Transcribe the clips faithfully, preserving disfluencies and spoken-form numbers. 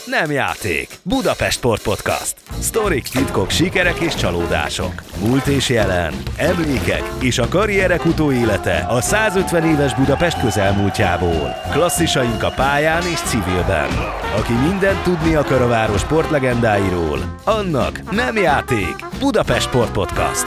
Nem játék. Budapest Sport Podcast. Sztorik, titkok, sikerek és csalódások. Múlt és jelen. Emlékek és a karrierek utóélete a százötven éves Budapest közelmúltjából. Klasszisaink a pályán és civilben. Aki mindent tudni akar a város sportlegendáiról, annak nem játék. Budapest Sport Podcast.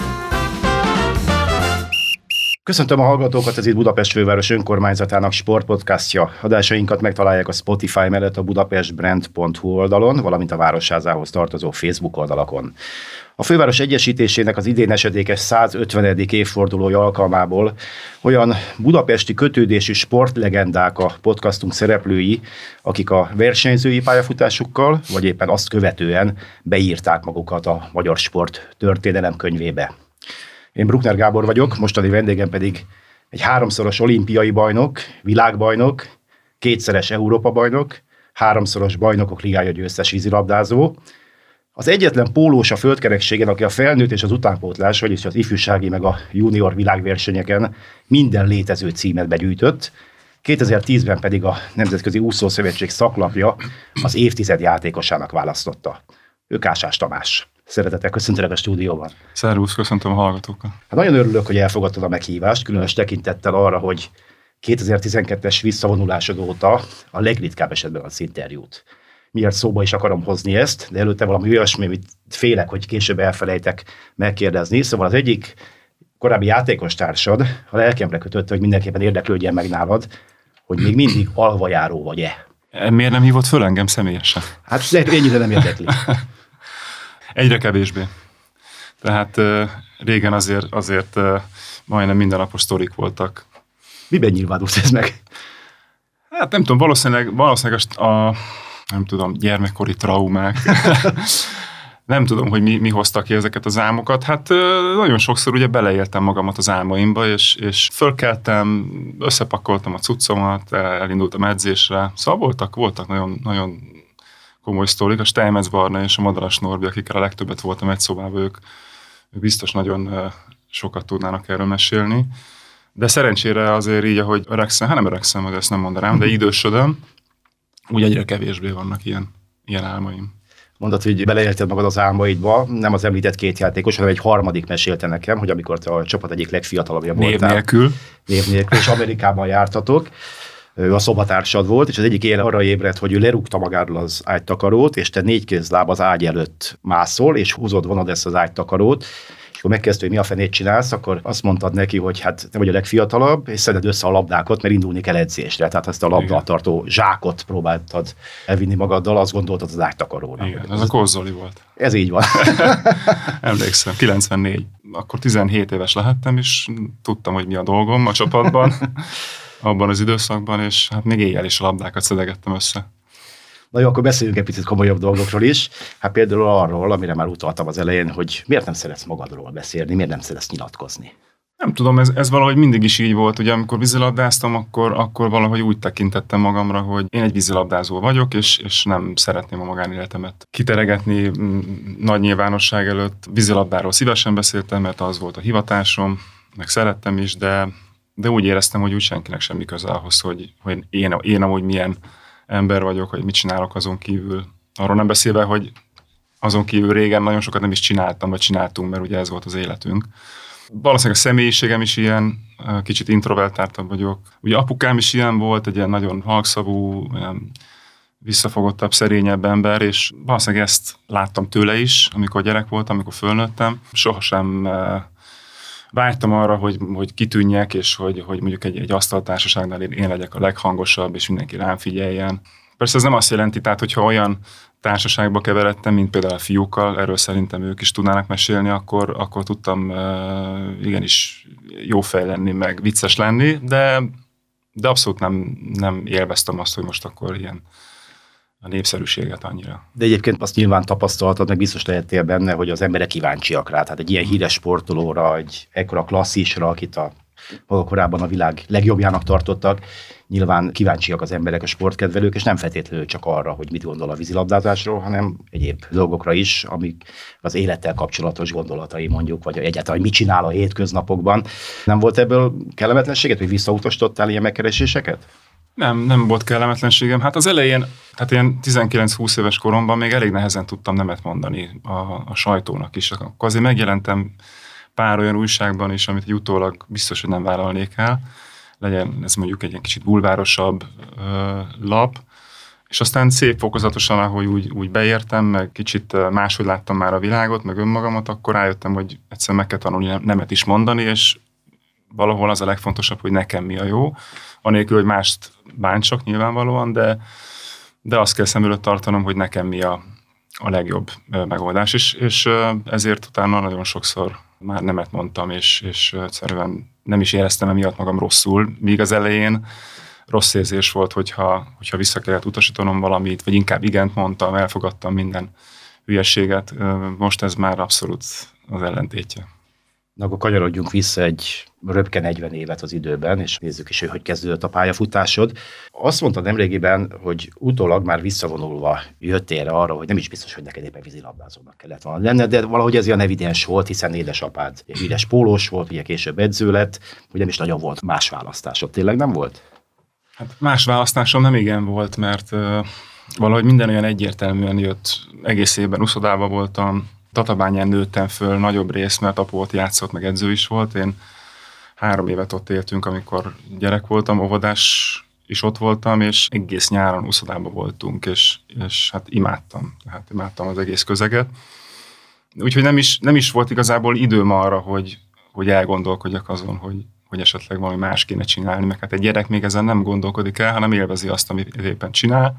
Köszöntöm a hallgatókat, ez itt Budapest főváros önkormányzatának sportpodcastja. Adásainkat megtalálják a Spotify mellett a budapestbrand pont hu oldalon, valamint a Városházához tartozó Facebook oldalakon. A főváros egyesítésének az idén esedékes százötvenedik évfordulója alkalmából olyan budapesti kötődésű sportlegendák a podcastunk szereplői, akik a versenyzői pályafutásukkal, vagy éppen azt követően beírták magukat a magyar sport történelem könyvébe. Én Bruckner Gábor vagyok, mostani vendégem pedig egy háromszoros olimpiai bajnok, világbajnok, kétszeres Európa-bajnok, háromszoros bajnokok ligája győztes vízilabdázó. Az egyetlen pólós a földkerekségen, aki a felnőtt és az utánpótlás, vagyis az ifjúsági meg a junior világversenyeken minden létező címet begyűjtött. kétezer-tízben pedig a Nemzetközi Úszószövetség szaklapja az évtized játékosának választotta. Ő Kásás Tamás. Szeretettel köszöntelek a stúdióban. Szervusz, köszöntöm a hallgatókat. Hát nagyon örülök, hogy elfogadtad a meghívást, különös tekintettel arra, hogy kétezer-tizenkettes visszavonulásod óta a legritkább esetben az interjút. Miért szóba is akarom hozni ezt, de előtte valami olyasmi, amit félek, hogy később elfelejtek megkérdezni. Szóval az egyik korábbi játékos társad a lelkemre kötötte, hogy mindenképpen érdeklődjen meg nálad, hogy még mindig alvajáró vagy-e. Miért nem hívott föl engem személyesen? Hát ennyire nem érdekli. Egyre kevésbé. Tehát uh, régen azért, azért uh, majdnem mindennapos sztorik voltak. Miben nyilvánulsz ez meg? Hát nem tudom, valószínűleg, valószínűleg a, a nem tudom, gyermekkori traumák. Nem tudom, hogy mi, mi hoztak ki ezeket az álmokat. Hát uh, nagyon sokszor ugye beleéltem magamat az álmaimba, és, és fölkeltem, összepakoltam a cuccomat, elindultam edzésre. Szóval voltak, voltak nagyon, nagyon komoly sztorik, a Steinmetz Barna és a Madaras Norbi, akikkel a legtöbbet voltam egy szobában, ők, ők biztos nagyon uh, sokat tudnának erről mesélni. De szerencsére azért így, ahogy öregszem, hát nem öregszem, hogy ezt nem mondanám, de idősödöm, úgy egyre kevésbé vannak ilyen, ilyen álmaim. Mondod, hogy beleélted magad az álmaidba, nem az említett két játékos, hanem egy harmadik mesélte nekem, hogy amikor te a csapat egyik legfiatalabbja voltál. Név nélkül. Név nélkül, és Amerikában jártatok. Ő a szobatársad volt, és az egyik éjjel arra ébredt, hogy ő lerúgta magáról az ágytakarót, és te négy kézláb az ágy előtt mászol, és húzod, vonod ezt az ágytakarót, és akkor megkezdte, hogy mi a fenét csinálsz, akkor azt mondtad neki, hogy hát te vagy a legfiatalabb, és szeded össze a labdákat, mert indulni kell edzésre. Tehát ezt a labdatartó zsákot próbáltad elvinni magaddal, azt gondoltad az ágytakaróra. Igen, ez a Kozzoli volt. Ez így van. Emlékszem, kilencvennégy. Akkor tizenhét éves lehettem, és tudtam, hogy mi a dolgom a csapatban. Abban az időszakban, és hát még éjjel is a labdákat szedegettem össze. Na jó, akkor beszéljünk egy picit komolyabb dolgokról is. Hát például arról, amire már utaltam az elején, hogy miért nem szeretsz magadról beszélni, miért nem szeretsz nyilatkozni? Nem tudom, ez, ez valahogy mindig is így volt. Ugye amikor vízilabdáztam, akkor, akkor valahogy úgy tekintettem magamra, hogy én egy vízilabdázó vagyok, és, és nem szeretném a magánéletemet kiteregetni nagy nyilvánosság előtt. Vízilabdáról szívesen beszéltem, mert az volt a hivatásom, meg szerettem is, de de úgy éreztem, hogy úgy senkinek semmi köze ahhoz, hogy, hogy én, én amúgy milyen ember vagyok, hogy mit csinálok azon kívül. Arról nem beszélve, hogy azon kívül régen nagyon sokat nem is csináltam, vagy csináltunk, mert ugye ez volt az életünk. Valószínűleg a személyiségem is ilyen, kicsit introvertáltabb vagyok. Ugye apukám is ilyen volt, egy ilyen nagyon halkszavú, ilyen visszafogottabb, szerényebb ember, és valószínűleg ezt láttam tőle is, amikor gyerek voltam, amikor fölnőttem. Sohasem vágytam arra, hogy, hogy kitűnjek, és hogy, hogy mondjuk egy, egy asztaltársaságnál én legyek a leghangosabb, és mindenki rám figyeljen. Persze ez nem azt jelenti, tehát hogyha olyan társaságba keveredtem, mint például a fiúkkal, erről szerintem ők is tudnának mesélni, akkor, akkor tudtam uh, igenis jó fej lenni, meg vicces lenni, de, de abszolút nem, nem élveztem azt, hogy most akkor ilyen a népszerűséget annyira. De egyébként azt nyilván tapasztaltad, meg biztos lehettél benne, hogy az emberek kíváncsiak rá. Tehát egy ilyen híres sportolóra, egy ekkora klasszisra, akit a maga korábban a világ legjobbjának tartottak, nyilván kíváncsiak az emberek, a sportkedvelők, és nem feltétlenül csak arra, hogy mit gondol a vízilabdázásról, hanem egyéb dolgokra is, amik az élettel kapcsolatos gondolatai mondjuk, vagy egyáltalán, hogy mit csinál a hétköznapokban. Nem volt ebből kellemetlenséget, hogy visszautasítottál ilyen megkereséseket? Nem, nem volt kellemetlenségem. Hát az elején, hát ilyen tizenkilenc-húsz éves koromban még elég nehezen tudtam nemet mondani a, a sajtónak is. Akkor azért megjelentem pár olyan újságban is, amit utólag biztos, hogy nem vállalnék el. Legyen ez mondjuk egy ilyen kicsit bulvárosabb ö, lap, és aztán szép fokozatosan, ahogy úgy, úgy beértem, meg kicsit máshogy láttam már a világot, meg önmagamat, akkor rájöttem, hogy egyszerűen meg kell tanulni nemet is mondani, és valahol az a legfontosabb, hogy nekem mi a jó, anélkül, hogy mást bántsak nyilvánvalóan, de, de azt kell szem előtt tartanom, hogy nekem mi a, a legjobb megoldás, és, és ezért utána nagyon sokszor már nemet mondtam, és, és egyszerűen nem is éreztem emiatt magam rosszul, míg az elején rossz érzés volt, hogyha, hogyha vissza kellett utasítanom valamit, vagy inkább igent mondtam, elfogadtam minden hülyeséget. Most ez már abszolút az ellentétje. Na, akkor kanyarodjunk vissza egy röpke negyven évet az időben, és nézzük is, hogy hogy kezdődött a pályafutásod. Azt mondtad nemrégiben, hogy utólag már visszavonulva jöttél arra, hogy nem is biztos, hogy neked éppen vízilabdázónak kellett volna lenned, de valahogy ez olyan evidens volt, hiszen édesapád híres pólós volt, ugye később edző lett, hogy nem is nagyon volt más választásod. Tényleg nem volt? Hát más választásom nem igen volt, mert uh, valahogy minden olyan egyértelműen jött. Egész évben uszodában voltam, Tatabányán nőttem föl nagyobb rész, mert apu ott játszott, meg edző is volt. Én három évet ott éltünk, amikor gyerek voltam, óvodás is ott voltam, és egész nyáron uszodában voltunk, és, és hát imádtam. Hát imádtam az egész közeget. Úgyhogy nem is, nem is volt igazából időm arra, hogy, hogy elgondolkodjak azon, hogy hogy esetleg valami más kéne csinálni, meg hát egy gyerek még ezen nem gondolkodik el, hanem élvezi azt, amit éppen csinál,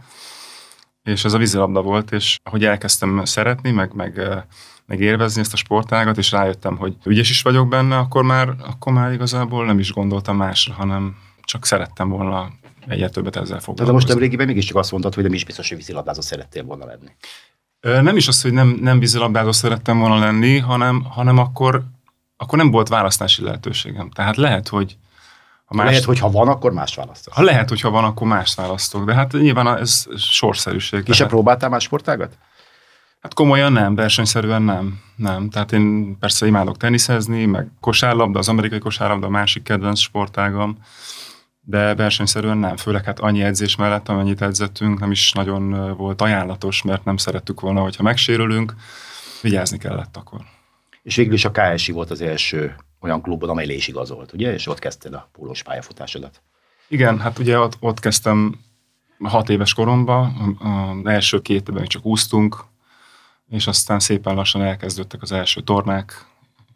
és ez a vízilabda volt, és ahogy elkezdtem szeretni, meg, meg, meg élvezni ezt a sportágat, és rájöttem, hogy ügyes is vagyok benne, akkor már, akkor már igazából nem is gondoltam másra, hanem csak szerettem volna egyet többet ezzel foglalkozni. De most nemrégiben mégiscsak azt mondtad, hogy nem is biztos, hogy vízilabdázó szerettél volna lenni. Nem is az, hogy nem, nem vízilabdázó szerettem volna lenni, hanem, hanem akkor akkor nem volt választási lehetőségem. Tehát lehet, hogy... Ha más... Lehet, hogy ha van, akkor más választasz. Ha lehet, hogy ha van, akkor más választok. De hát nyilván ez sorszerűség. És se próbáltál más sportágat? Hát komolyan nem, versenyszerűen nem. nem. Tehát én persze imádok teniszezni, meg kosárlabda, az amerikai kosárlabda a másik kedvenc sportágam, de versenyszerűen nem. Főleg hát annyi edzés mellett, amennyit edzettünk, nem is nagyon volt ajánlatos, mert nem szerettük volna, hogyha megsérülünk, vigyázni kellett akkor. És végül is a ká es i volt az első olyan klubod, amely le is igazolt, ugye? És ott kezdted a pólós pályafutásodat. Igen, hát ugye ott, ott kezdtem hat éves koromban, az első két évben csak úsztunk, és aztán szépen lassan elkezdődtek az első tornák,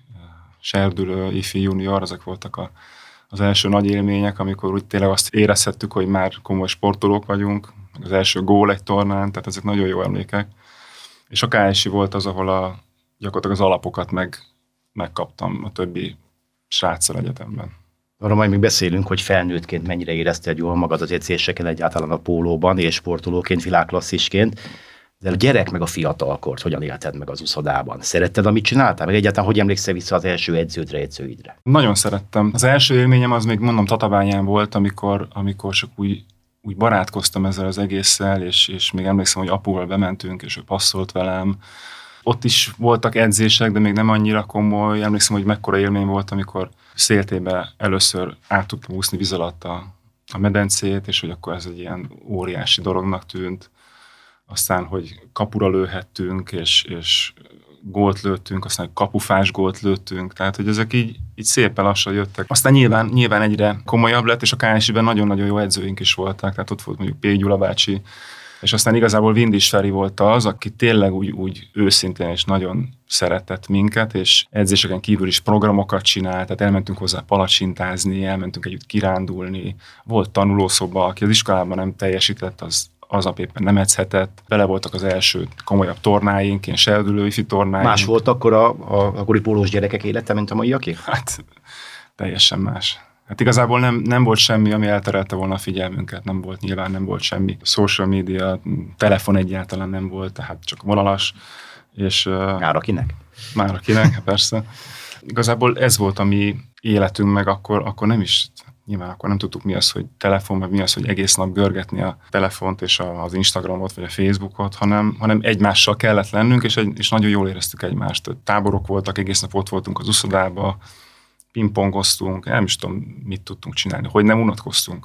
serdülő, ifi, junior, ezek voltak a, az első nagy élmények, amikor úgy tényleg azt érezhettük, hogy már komoly sportolók vagyunk, az első gól egy tornán, tehát ezek nagyon jó emlékek. És a ká es i volt az, ahol a gyakorlatilag az alapokat meg, megkaptam a többi sráccal egyetemben. Arra majd még beszélünk, hogy felnőttként mennyire érezted jól magad az edzéseken, egyáltalán a pólóban, és sportolóként, világklasszisként. De a gyerek meg a fiatalkort hogyan élted meg az úszodában? Szeretted, amit csináltál? Meg egyáltalán hogy emlékszel vissza az első edződre, edzőidre? Nagyon szerettem. Az első élményem az még mondom Tatabányán volt, amikor, amikor csak úgy, úgy barátkoztam ezzel az egésszel, és, és még emlékszem, hogy apuval bementünk, és ő passzolt velem. Ott is voltak edzések, de még nem annyira komoly. Emlékszem, hogy mekkora élmény volt, amikor Széltébe először át tudtam úszni víz alatt a, a medencét, és hogy akkor ez egy ilyen óriási dolognak tűnt. Aztán, hogy kapura lőhettünk, és, és gólt lőttünk, aztán kapufás gólt lőttünk, tehát hogy ezek így, így szépen lassan jöttek. Aztán nyilván, nyilván egyre komolyabb lett, és a ká es i-ben nagyon-nagyon jó edzőink is voltak, tehát ott volt mondjuk Pék Gyula bácsi, és aztán igazából Vindis Feri volt az, aki tényleg úgy, úgy őszintén és nagyon szeretett minket, és edzéseken kívül is programokat csinált, tehát elmentünk hozzá palacsintázni, elmentünk együtt kirándulni, volt tanulószoba, aki az iskolában nem teljesített, az aznap éppen nem edzhetett, bele voltak az első komolyabb tornáink, ilyen serdülő ifi tornáink. Más volt akkor a, a, a akkori pólós gyerekek élete, mint a maiaké? Hát teljesen más. Hát igazából nem, nem volt semmi, ami elterelte volna a figyelmünket, nem volt nyilván, nem volt semmi. Social media, telefon egyáltalán nem volt, tehát csak vonalas. És, már akinek? Már akinek, persze. Igazából ez volt a mi életünk, meg akkor, akkor nem is, nyilván akkor nem tudtuk mi az, hogy telefon, meg mi az, hogy egész nap görgetni a telefont és az Instagramot, vagy a Facebookot, hanem, hanem egymással kellett lennünk, és, egy, és nagyon jól éreztük egymást. Táborok voltak, egész nap ott voltunk az uszodába, pingpongoztunk, nem is tudom, mit tudtunk csinálni, hogy nem unatkoztunk.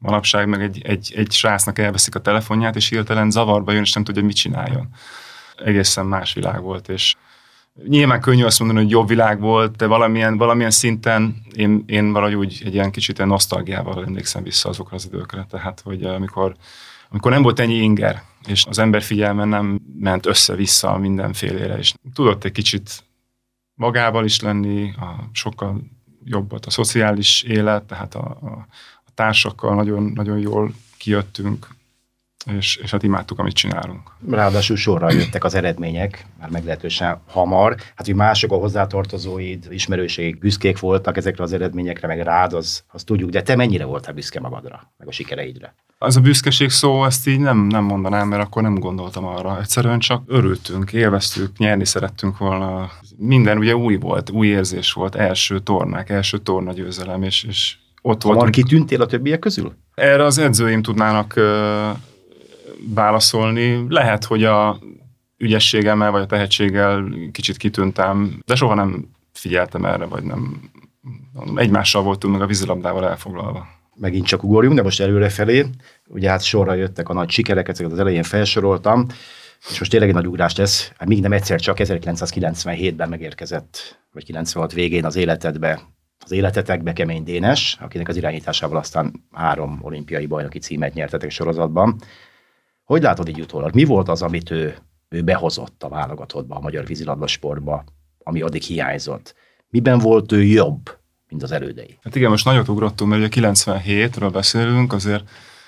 Manapság meg egy, egy, egy srácnak elveszik a telefonját, és hirtelen zavarba jön, és nem tudja, mit csináljon. Egészen más világ volt, és nyilván könnyű azt mondani, hogy jobb világ volt, de valamilyen, valamilyen szinten én, én valahogy úgy egy ilyen kicsit ilyen nosztalgiával emlékszem vissza azokra az időkre. Tehát, hogy amikor, amikor nem volt ennyi inger, és az ember figyelme nem ment össze-vissza mindenfélére, és tudott egy kicsit magával is lenni, a, sokkal jobb volt a szociális élet, tehát a, a, a társakkal nagyon, nagyon jól kijöttünk, és, és hát imádtuk, amit csinálunk. Ráadásul sorra jöttek az eredmények, már meglehetősen hamar. Hát, hogy mások a hozzátartozóid, ismerőségek büszkék voltak ezekre az eredményekre, meg rád, az, azt tudjuk, de te mennyire voltál büszke magadra, meg a sikereidre? Az a büszkeség szó, ezt így nem, nem mondanám, mert akkor nem gondoltam arra. Egyszerűen csak örültünk, élveztük, nyerni szerettünk volna. Minden ugye új volt, új érzés volt, első tornák, első tornagyőzelem, és, és ott voltunk. Hamar kitűntél a többiek közül? Erre az edzőim tudnának uh, válaszolni. Lehet, hogy a ügyességemmel vagy a tehetséggel kicsit kitűntem, de soha nem figyeltem erre, vagy nem. Egymással voltunk meg a vízilabdával elfoglalva. Megint csak ugorjunk, de most előrefelé. Ugye hát sorra jöttek a nagy sikerek, ezeket az elején felsoroltam, és most tényleg egy nagy ugrás lesz. Hát még nem egyszer csak ezerkilencszázkilencvenhétben megérkezett, vagy kilencvenhat végén az életedbe, az életetekbe Kemény Dénes, akinek az irányításával aztán három olimpiai bajnoki címet nyertetek sorozatban. Hogy látod így utólag? Mi volt az, amit ő, ő behozott a válogatottba, a magyar vízilabda sportba, ami addig hiányzott? Miben volt ő jobb, mint az elődei? Hát igen, most nagyot ugrottunk, mert ugye kilencvenhétről beszélünk, azért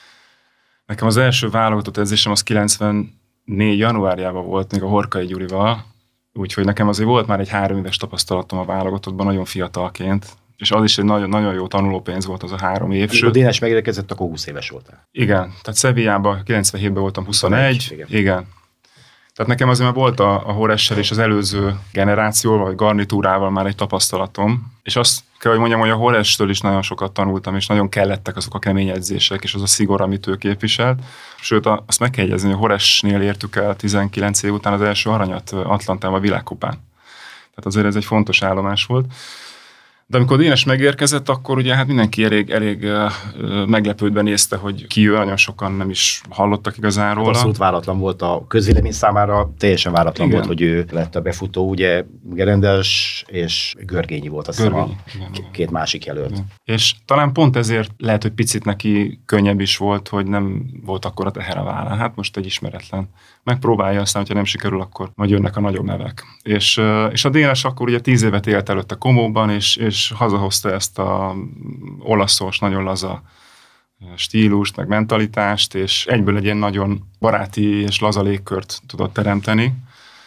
nekem az első válogatott edzésem az kilencvennégy januárjában volt, még a Horkai Gyurival, úgyhogy nekem azért volt már egy három éves tapasztalatom a válogatottban, nagyon fiatalként, és az is egy nagyon, nagyon jó tanulópénz volt az a három év. Amikor Dénes megérkezett, akkor húsz éves voltál. Igen, tehát Sevillában kilencvenhétben voltam huszonegy, igen. igen. Tehát nekem azért már volt a, a Horessel és az előző generációval, vagy garnitúrával már egy tapasztalatom, és azt kell, hogy mondjam, hogy a Horestől is nagyon sokat tanultam, és nagyon kellettek azok a kemény edzések, és az a szigor, amit ő képviselt. Sőt, azt meg kell jegyezni, hogy a Horesnél értük el tizenkillenc év után az első aranyat Atlantában a világkupán. Tehát azért ez egy fontos állomás volt. De amikor Dénes megérkezett, akkor ugye hát mindenki elég, elég uh, meglepődve nézte, hogy ki ő, nagyon sokan nem is hallottak igazán róla. Abszolút váratlan volt a közvélemény számára, teljesen váratlan igen. volt, hogy ő lett a befutó, ugye Gerendes és Görgényi volt, azt hiszem a igen, két másik jelölt. Igen. És talán pont ezért lehet, hogy picit neki könnyebb is volt, hogy nem volt akkor a teher a vállán. Hát most egy ismeretlen megpróbálja, aztán, hogyha nem sikerül, akkor majd jönnek a nagyobb nevek. És, és a Dénes akkor ugye tíz évet élt előtte Komóban, és, és hazahozta ezt a olaszos, nagyon laza stílust, meg mentalitást, és egyből egy ilyen nagyon baráti és laza légkört tudott teremteni.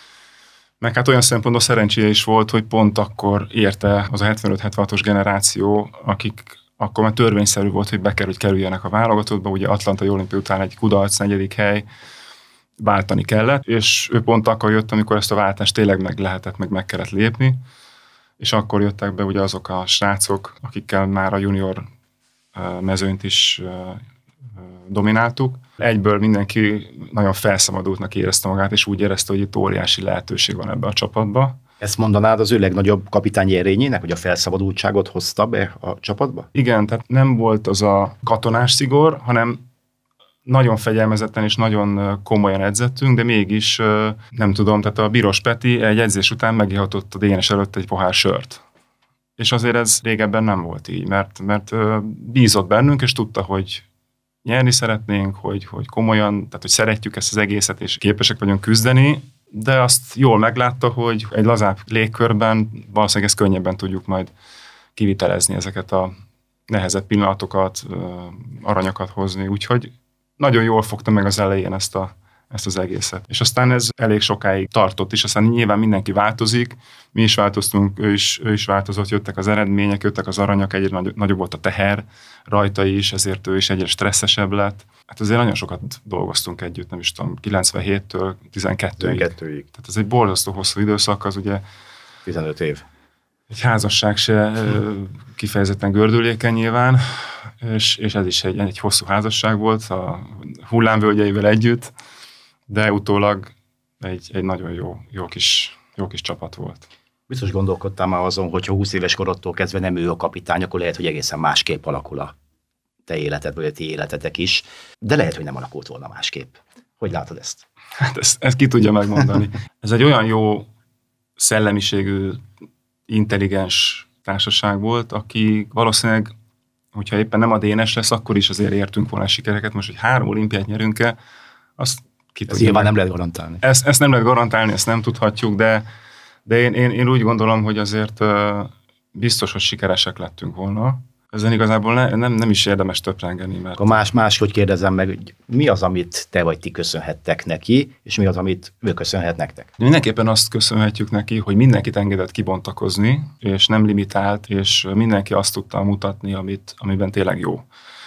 Meg hát olyan szempontból szerencséje is volt, hogy pont akkor érte az a hetvenöt hetvenhatos generáció, akik akkor már törvényszerű volt, hogy be kell, hogy kerüljenek a válogatottba, ugye Atlantai Olimpia után egy kudarc, negyedik hely, váltani kellett, és ő pont akkor jött, amikor ezt a váltást tényleg meg lehetett, meg meg kellett lépni, és akkor jöttek be ugye azok a srácok, akikkel már a junior mezőnyt is domináltuk. Egyből mindenki nagyon felszabadultnak érezte magát, és úgy érezte, hogy itt óriási lehetőség van ebbe a csapatba. Ezt mondanád az ő legnagyobb kapitány erényének, hogy a felszabadultságot hozta be a csapatba? Igen, tehát nem volt az a katonás szigor, hanem nagyon fegyelmezetten és nagyon komolyan edzettünk, de mégis nem tudom, tehát a Bíros Peti egy edzés után megihatott a Dénes előtt egy pohár sört. És azért ez régebben nem volt így, mert, mert bízott bennünk, és tudta, hogy nyerni szeretnénk, hogy, hogy komolyan, tehát hogy szeretjük ezt az egészet, és képesek vagyunk küzdeni, de azt jól meglátta, hogy egy lazább légkörben valószínűleg ezt könnyebben tudjuk majd kivitelezni, ezeket a nehezebb pillanatokat, aranyakat hozni, úgyhogy nagyon jól fogta meg az elején ezt, a, ezt az egészet. És aztán ez elég sokáig tartott is, aztán nyilván mindenki változik, mi is változtunk, ő is, ő is változott, jöttek az eredmények, jöttek az aranyak, egyre nagy, nagyobb volt a teher rajta is, ezért ő is egyre stresszesebb lett. Hát azért nagyon sokat dolgoztunk együtt, nem is tudom, kilencvenhéttől tizenkettőig. tizenkettőig. Tehát ez egy borzasztó hosszú időszak, az ugye tizenöt év. Egy házasság se kifejezetten gördülékeny nyilván, és, és ez is egy, egy hosszú házasság volt a hullámvölgyeivel együtt, de utólag egy, egy nagyon jó, jó, kis, jó kis csapat volt. Biztos gondolkodtál már azon, hogy ha húsz éves korodtól kezdve nem ő a kapitány, akkor lehet, hogy egészen másképp alakul a te életedből, vagy a ti életetek is, de lehet, hogy nem alakult volna másképp. Hogy látod ezt? Hát ezt, ezt ki tudja megmondani. Ez egy olyan jó szellemiségű, intelligens társaság volt, aki valószínűleg, hogyha éppen nem a Dénes lesz, akkor is azért értünk volna sikereket. Most, hogy három olimpiát nyerünk-e, azt ki tudja. Ez nyilván nem lehet garantálni. Ezt, ezt nem lehet garantálni, ezt nem tudhatjuk, de, de én, én, én úgy gondolom, hogy azért biztos, hogy sikeresek lettünk volna. Ezen igazából ne, nem, nem is érdemes töprengeni. Mert... Akkor más, máshogy kérdezem meg, hogy mi az, amit te vagy ti köszönhettek neki, és mi az, amit ő köszönhet nektek? Mindenképpen azt köszönhetjük neki, hogy mindenkit engedett kibontakozni, és nem limitált, és mindenki azt tudta mutatni, amit, amiben tényleg jó.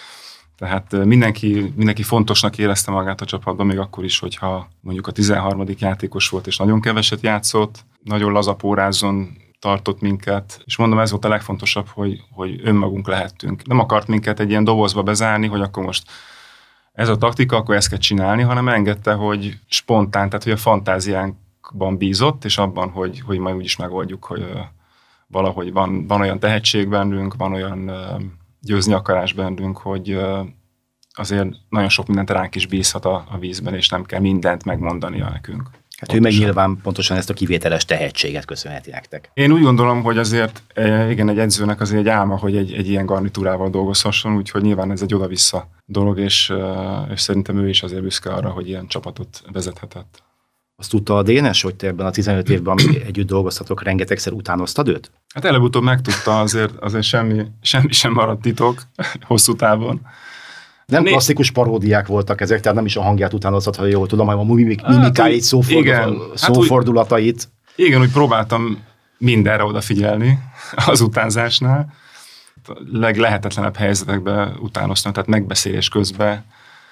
Tehát mindenki, mindenki fontosnak érezte magát a csapatban, még akkor is, hogyha mondjuk a tizenharmadik játékos volt, és nagyon keveset játszott, nagyon lazapórázon tartott minket, és mondom, ez volt a legfontosabb, hogy, hogy önmagunk lehettünk. Nem akart minket egy ilyen dobozba bezárni, hogy akkor most ez a taktika, akkor ezt kell csinálni, hanem engedte, hogy spontán, tehát hogy a fantáziánkban bízott, és abban, hogy, hogy majd úgyis megoldjuk, hogy uh, valahogy van, van olyan tehetség bennünk, van olyan uh, győzni akarás bennünk, hogy uh, azért nagyon sok mindent ránk is bízhat a, a vízben, és nem kell mindent megmondania nekünk. Hát ő meg nyilván pontosan ezt a kivételes tehetséget köszönheti nektek. Én úgy gondolom, hogy azért igen, egy edzőnek azért egy álma, hogy egy, egy ilyen garnitúrával dolgozhasson, úgyhogy nyilván ez egy oda-vissza dolog, és, és szerintem ő is azért büszke arra, hogy ilyen csapatot vezethetett. Azt tudta a Dénes, hogy te ebben a tizenöt évben, amíg együtt dolgoztatok, rengetegszer utánoztad őt? Hát előbb-utóbb megtudta, azért, azért semmi, semmi sem maradt titok hosszú távon. Nem klasszikus paródiák voltak ezek, tehát nem is a hangját utánozhat, ha jól tudom, hanem a mimik, mimikáit, szófordul, szófordulatait. Hát úgy, igen, úgy próbáltam mindenre odafigyelni az utánzásnál. A leglehetetlenebb helyzetekben utánoztam, tehát megbeszélés közben.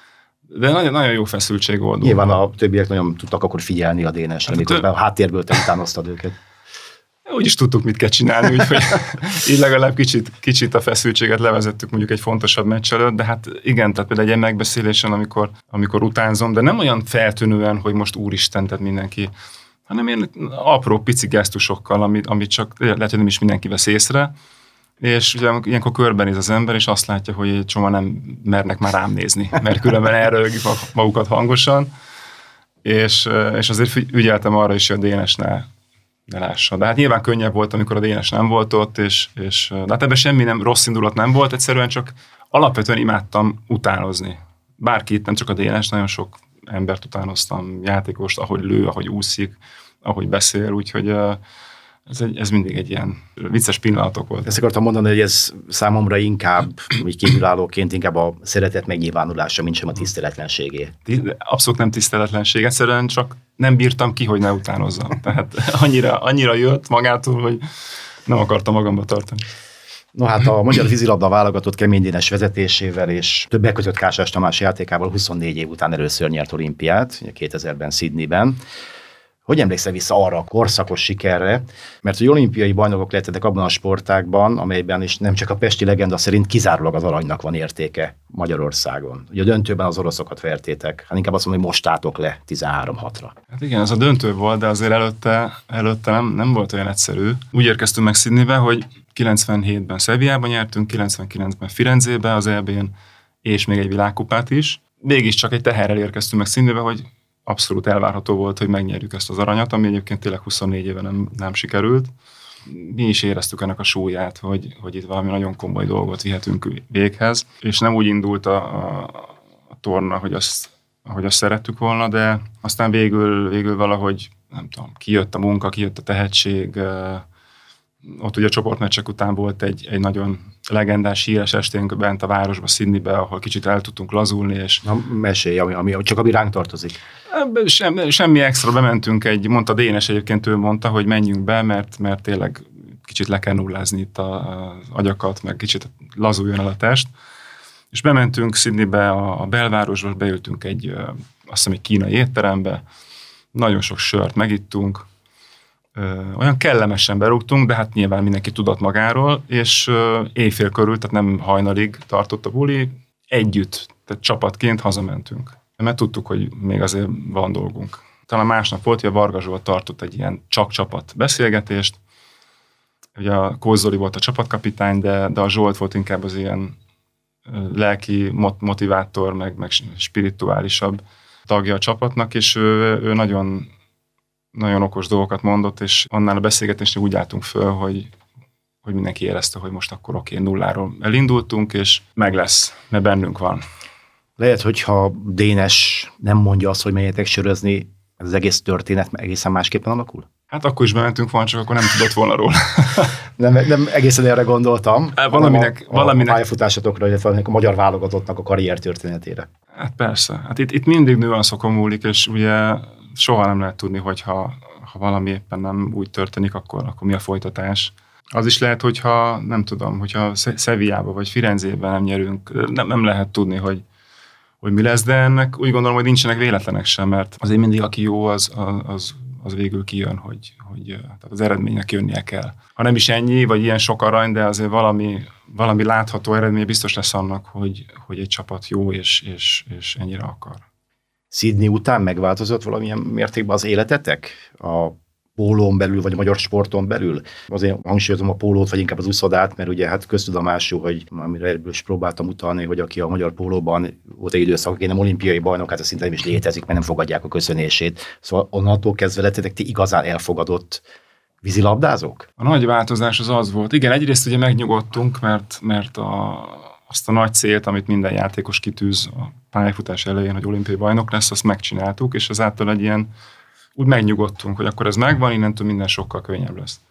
De nagyon, nagyon jó feszültség volt. Nyilván a többiek nagyon tudtak akkor figyelni a Dénesre, hát miközben a háttérből te utánoztad őket. Úgy is tudtuk, mit kell csinálni, úgyhogy így legalább kicsit, kicsit a feszültséget levezettük mondjuk egy fontosabb meccs előtt, de hát igen, tehát például egy ilyen megbeszélésen, amikor, amikor utánzom, de nem olyan feltűnően, hogy most úristen, tehát mindenki, hanem ilyen apró, pici gesztusokkal, amit, amit csak lehet, hogy nem is mindenki vesz észre, és ugye ilyenkor körbenéz az ember, és azt látja, hogy egy csomó nem mernek már rám nézni, mert különben elrögik magukat hangosan, és, és azért ügyeltem arra is, hogy a Dénesnál ne lássa. De hát nyilván könnyebb volt, amikor a Dénes nem volt ott, és, és de hát ebben semmi nem, rossz indulat nem volt, egyszerűen csak alapvetően imádtam utánozni. Bárkit, nem csak a Dénes, nagyon sok embert utánoztam, játékost, ahogy lő, ahogy úszik, ahogy beszél, úgyhogy ez, egy, ez mindig egy ilyen vicces pillanatok volt. Ezt akartam mondani, hogy ez számomra inkább, így kívülállóként inkább a szeretet megnyilvánulása, mint sem a tiszteletlenségé. Abszolút nem tiszteletlenség, egyszerűen csak nem bírtam ki, hogy ne utánozzam. Tehát annyira, annyira jött magától, hogy nem akartam magamba tartani. No hát a magyar vízilabda válogatott Kemény Dénes vezetésével és többek között Kásás Tamás játékával huszonnégy év után először nyert olimpiát, kétezerben Sydneyben. Hogy emlékszel vissza arra a korszakos sikerre? Mert hogy olimpiai bajnokok lettetek abban a sportágban, amelyben is nem csak a pesti legenda szerint kizárólag az aranynak van értéke Magyarországon. Ugye a döntőben az oroszokat vertétek, hát inkább azt mondom, hogy most álltok le tizenhárom hatra. Hát igen, az a döntő volt, de azért előtte, előtte nem, nem volt olyan egyszerű. Úgy érkeztünk meg Sydneybe, hogy kilencvenhétben Sevillában nyertünk, kilencvenkilencben Firenzében az é bén, és még egy világkupát is. Mégiscsak egy teherrel érkeztünk meg Sydneybe, hogy abszolút elvárható volt, hogy megnyerjük ezt az aranyat, ami egyébként tényleg huszonnégy éve nem, nem sikerült. Mi is éreztük ennek a súlyát, hogy, hogy itt valami nagyon komoly dolgot vihetünk véghez, és nem úgy indult a, a, a torna, hogy azt, ahogy azt szerettük volna, de aztán végül, végül valahogy, nem tudom, kijött a munka, kijött a tehetség. Ott ugye a csoportmeccsek után volt egy, egy nagyon legendás, híres esténk bent a városba, Sydneybe, ahol kicsit el tudtunk lazulni, és... Na, mesélj, ami, ami, csak ami ránk tartozik. Sem, semmi extra, bementünk egy, mondta Dénes egyébként, ő mondta, hogy menjünk be, mert, mert tényleg kicsit le kell nullázni itt az agyakat, meg kicsit lazuljon el a test. És bementünk Sydneybe, a, a belvárosba, beültünk egy, azt hiszem, egy kínai étterembe, nagyon sok sört megittunk, olyan kellemesen berúgtunk, de hát nyilván mindenki tudott magáról, és éjfél körül, tehát nem hajnalig tartott a buli, együtt, tehát csapatként hazamentünk. Mert tudtuk, hogy még azért van dolgunk. Talán másnap volt, hogy a Varga Zsolt tartott egy ilyen csak csapat beszélgetést. Ugye a Kóz Zoli volt a csapatkapitány, de, de a Zsolt volt inkább az ilyen lelki motivátor, meg, meg spirituálisabb tagja a csapatnak, és ő, ő nagyon, nagyon okos dolgokat mondott, és annál a beszélgetésnél úgy álltunk föl, hogy, hogy mindenki érezte, hogy most akkor oké, nulláról elindultunk, és meg lesz, mert bennünk van. Lehet, hogyha Dénes nem mondja azt, hogy menjetek sörözni, ez az egész történet egészen másképpen alakul? Hát akkor is bementünk volna, csak akkor nem tudott volna róla. nem, nem egészen erre gondoltam. Hát valaminek, a, valaminek... a pályafutásotokra, illetve a magyar válogatottnak a karrier történetére. Hát persze. Hát itt, itt mindig nüanszokon múlik, és ugye soha nem lehet tudni, hogy ha, ha valami éppen nem úgy történik, akkor, akkor mi a folytatás. Az is lehet, hogyha nem tudom, hogyha Sevillába vagy Firenzében nem nyerünk, nem, nem lehet tudni, hogy, hogy mi lesz, de ennek úgy gondolom, hogy nincsenek véletlenek sem, mert azért mindig aki jó, az, az, az végül kijön, hogy, hogy tehát az eredménynek jönnie kell. Ha nem is ennyi, vagy ilyen sok arany, de azért valami, valami látható eredmény biztos lesz annak, hogy, hogy egy csapat jó, és, és, és ennyire akar. Sydney után megváltozott valamilyen mértékben az életetek? A pólón belül, vagy a magyar sporton belül? Azért hangsúlyozom a pólót, vagy inkább az uszodát, mert ugye hát köztudomású, hogy amire ebből is próbáltam utalni, hogy aki a magyar pólóban volt egy időszak, aki nem olimpiai bajnok, hát ez szinte nem is létezik, mert nem fogadják a köszönését. Szóval onnantól kezdve lettetek ti igazán elfogadott vízilabdázók? A nagy változás az az volt. Igen, egyrészt ugye megnyugodtunk, mert, mert a, azt a nagy célt, amit minden játékos kitűz a pályafutás elején, hogy olimpiai bajnok lesz, azt megcsináltuk, és ezáltal egy ilyen úgy megnyugodtunk, hogy akkor ez megvan, innentől minden sokkal könnyebb lesz.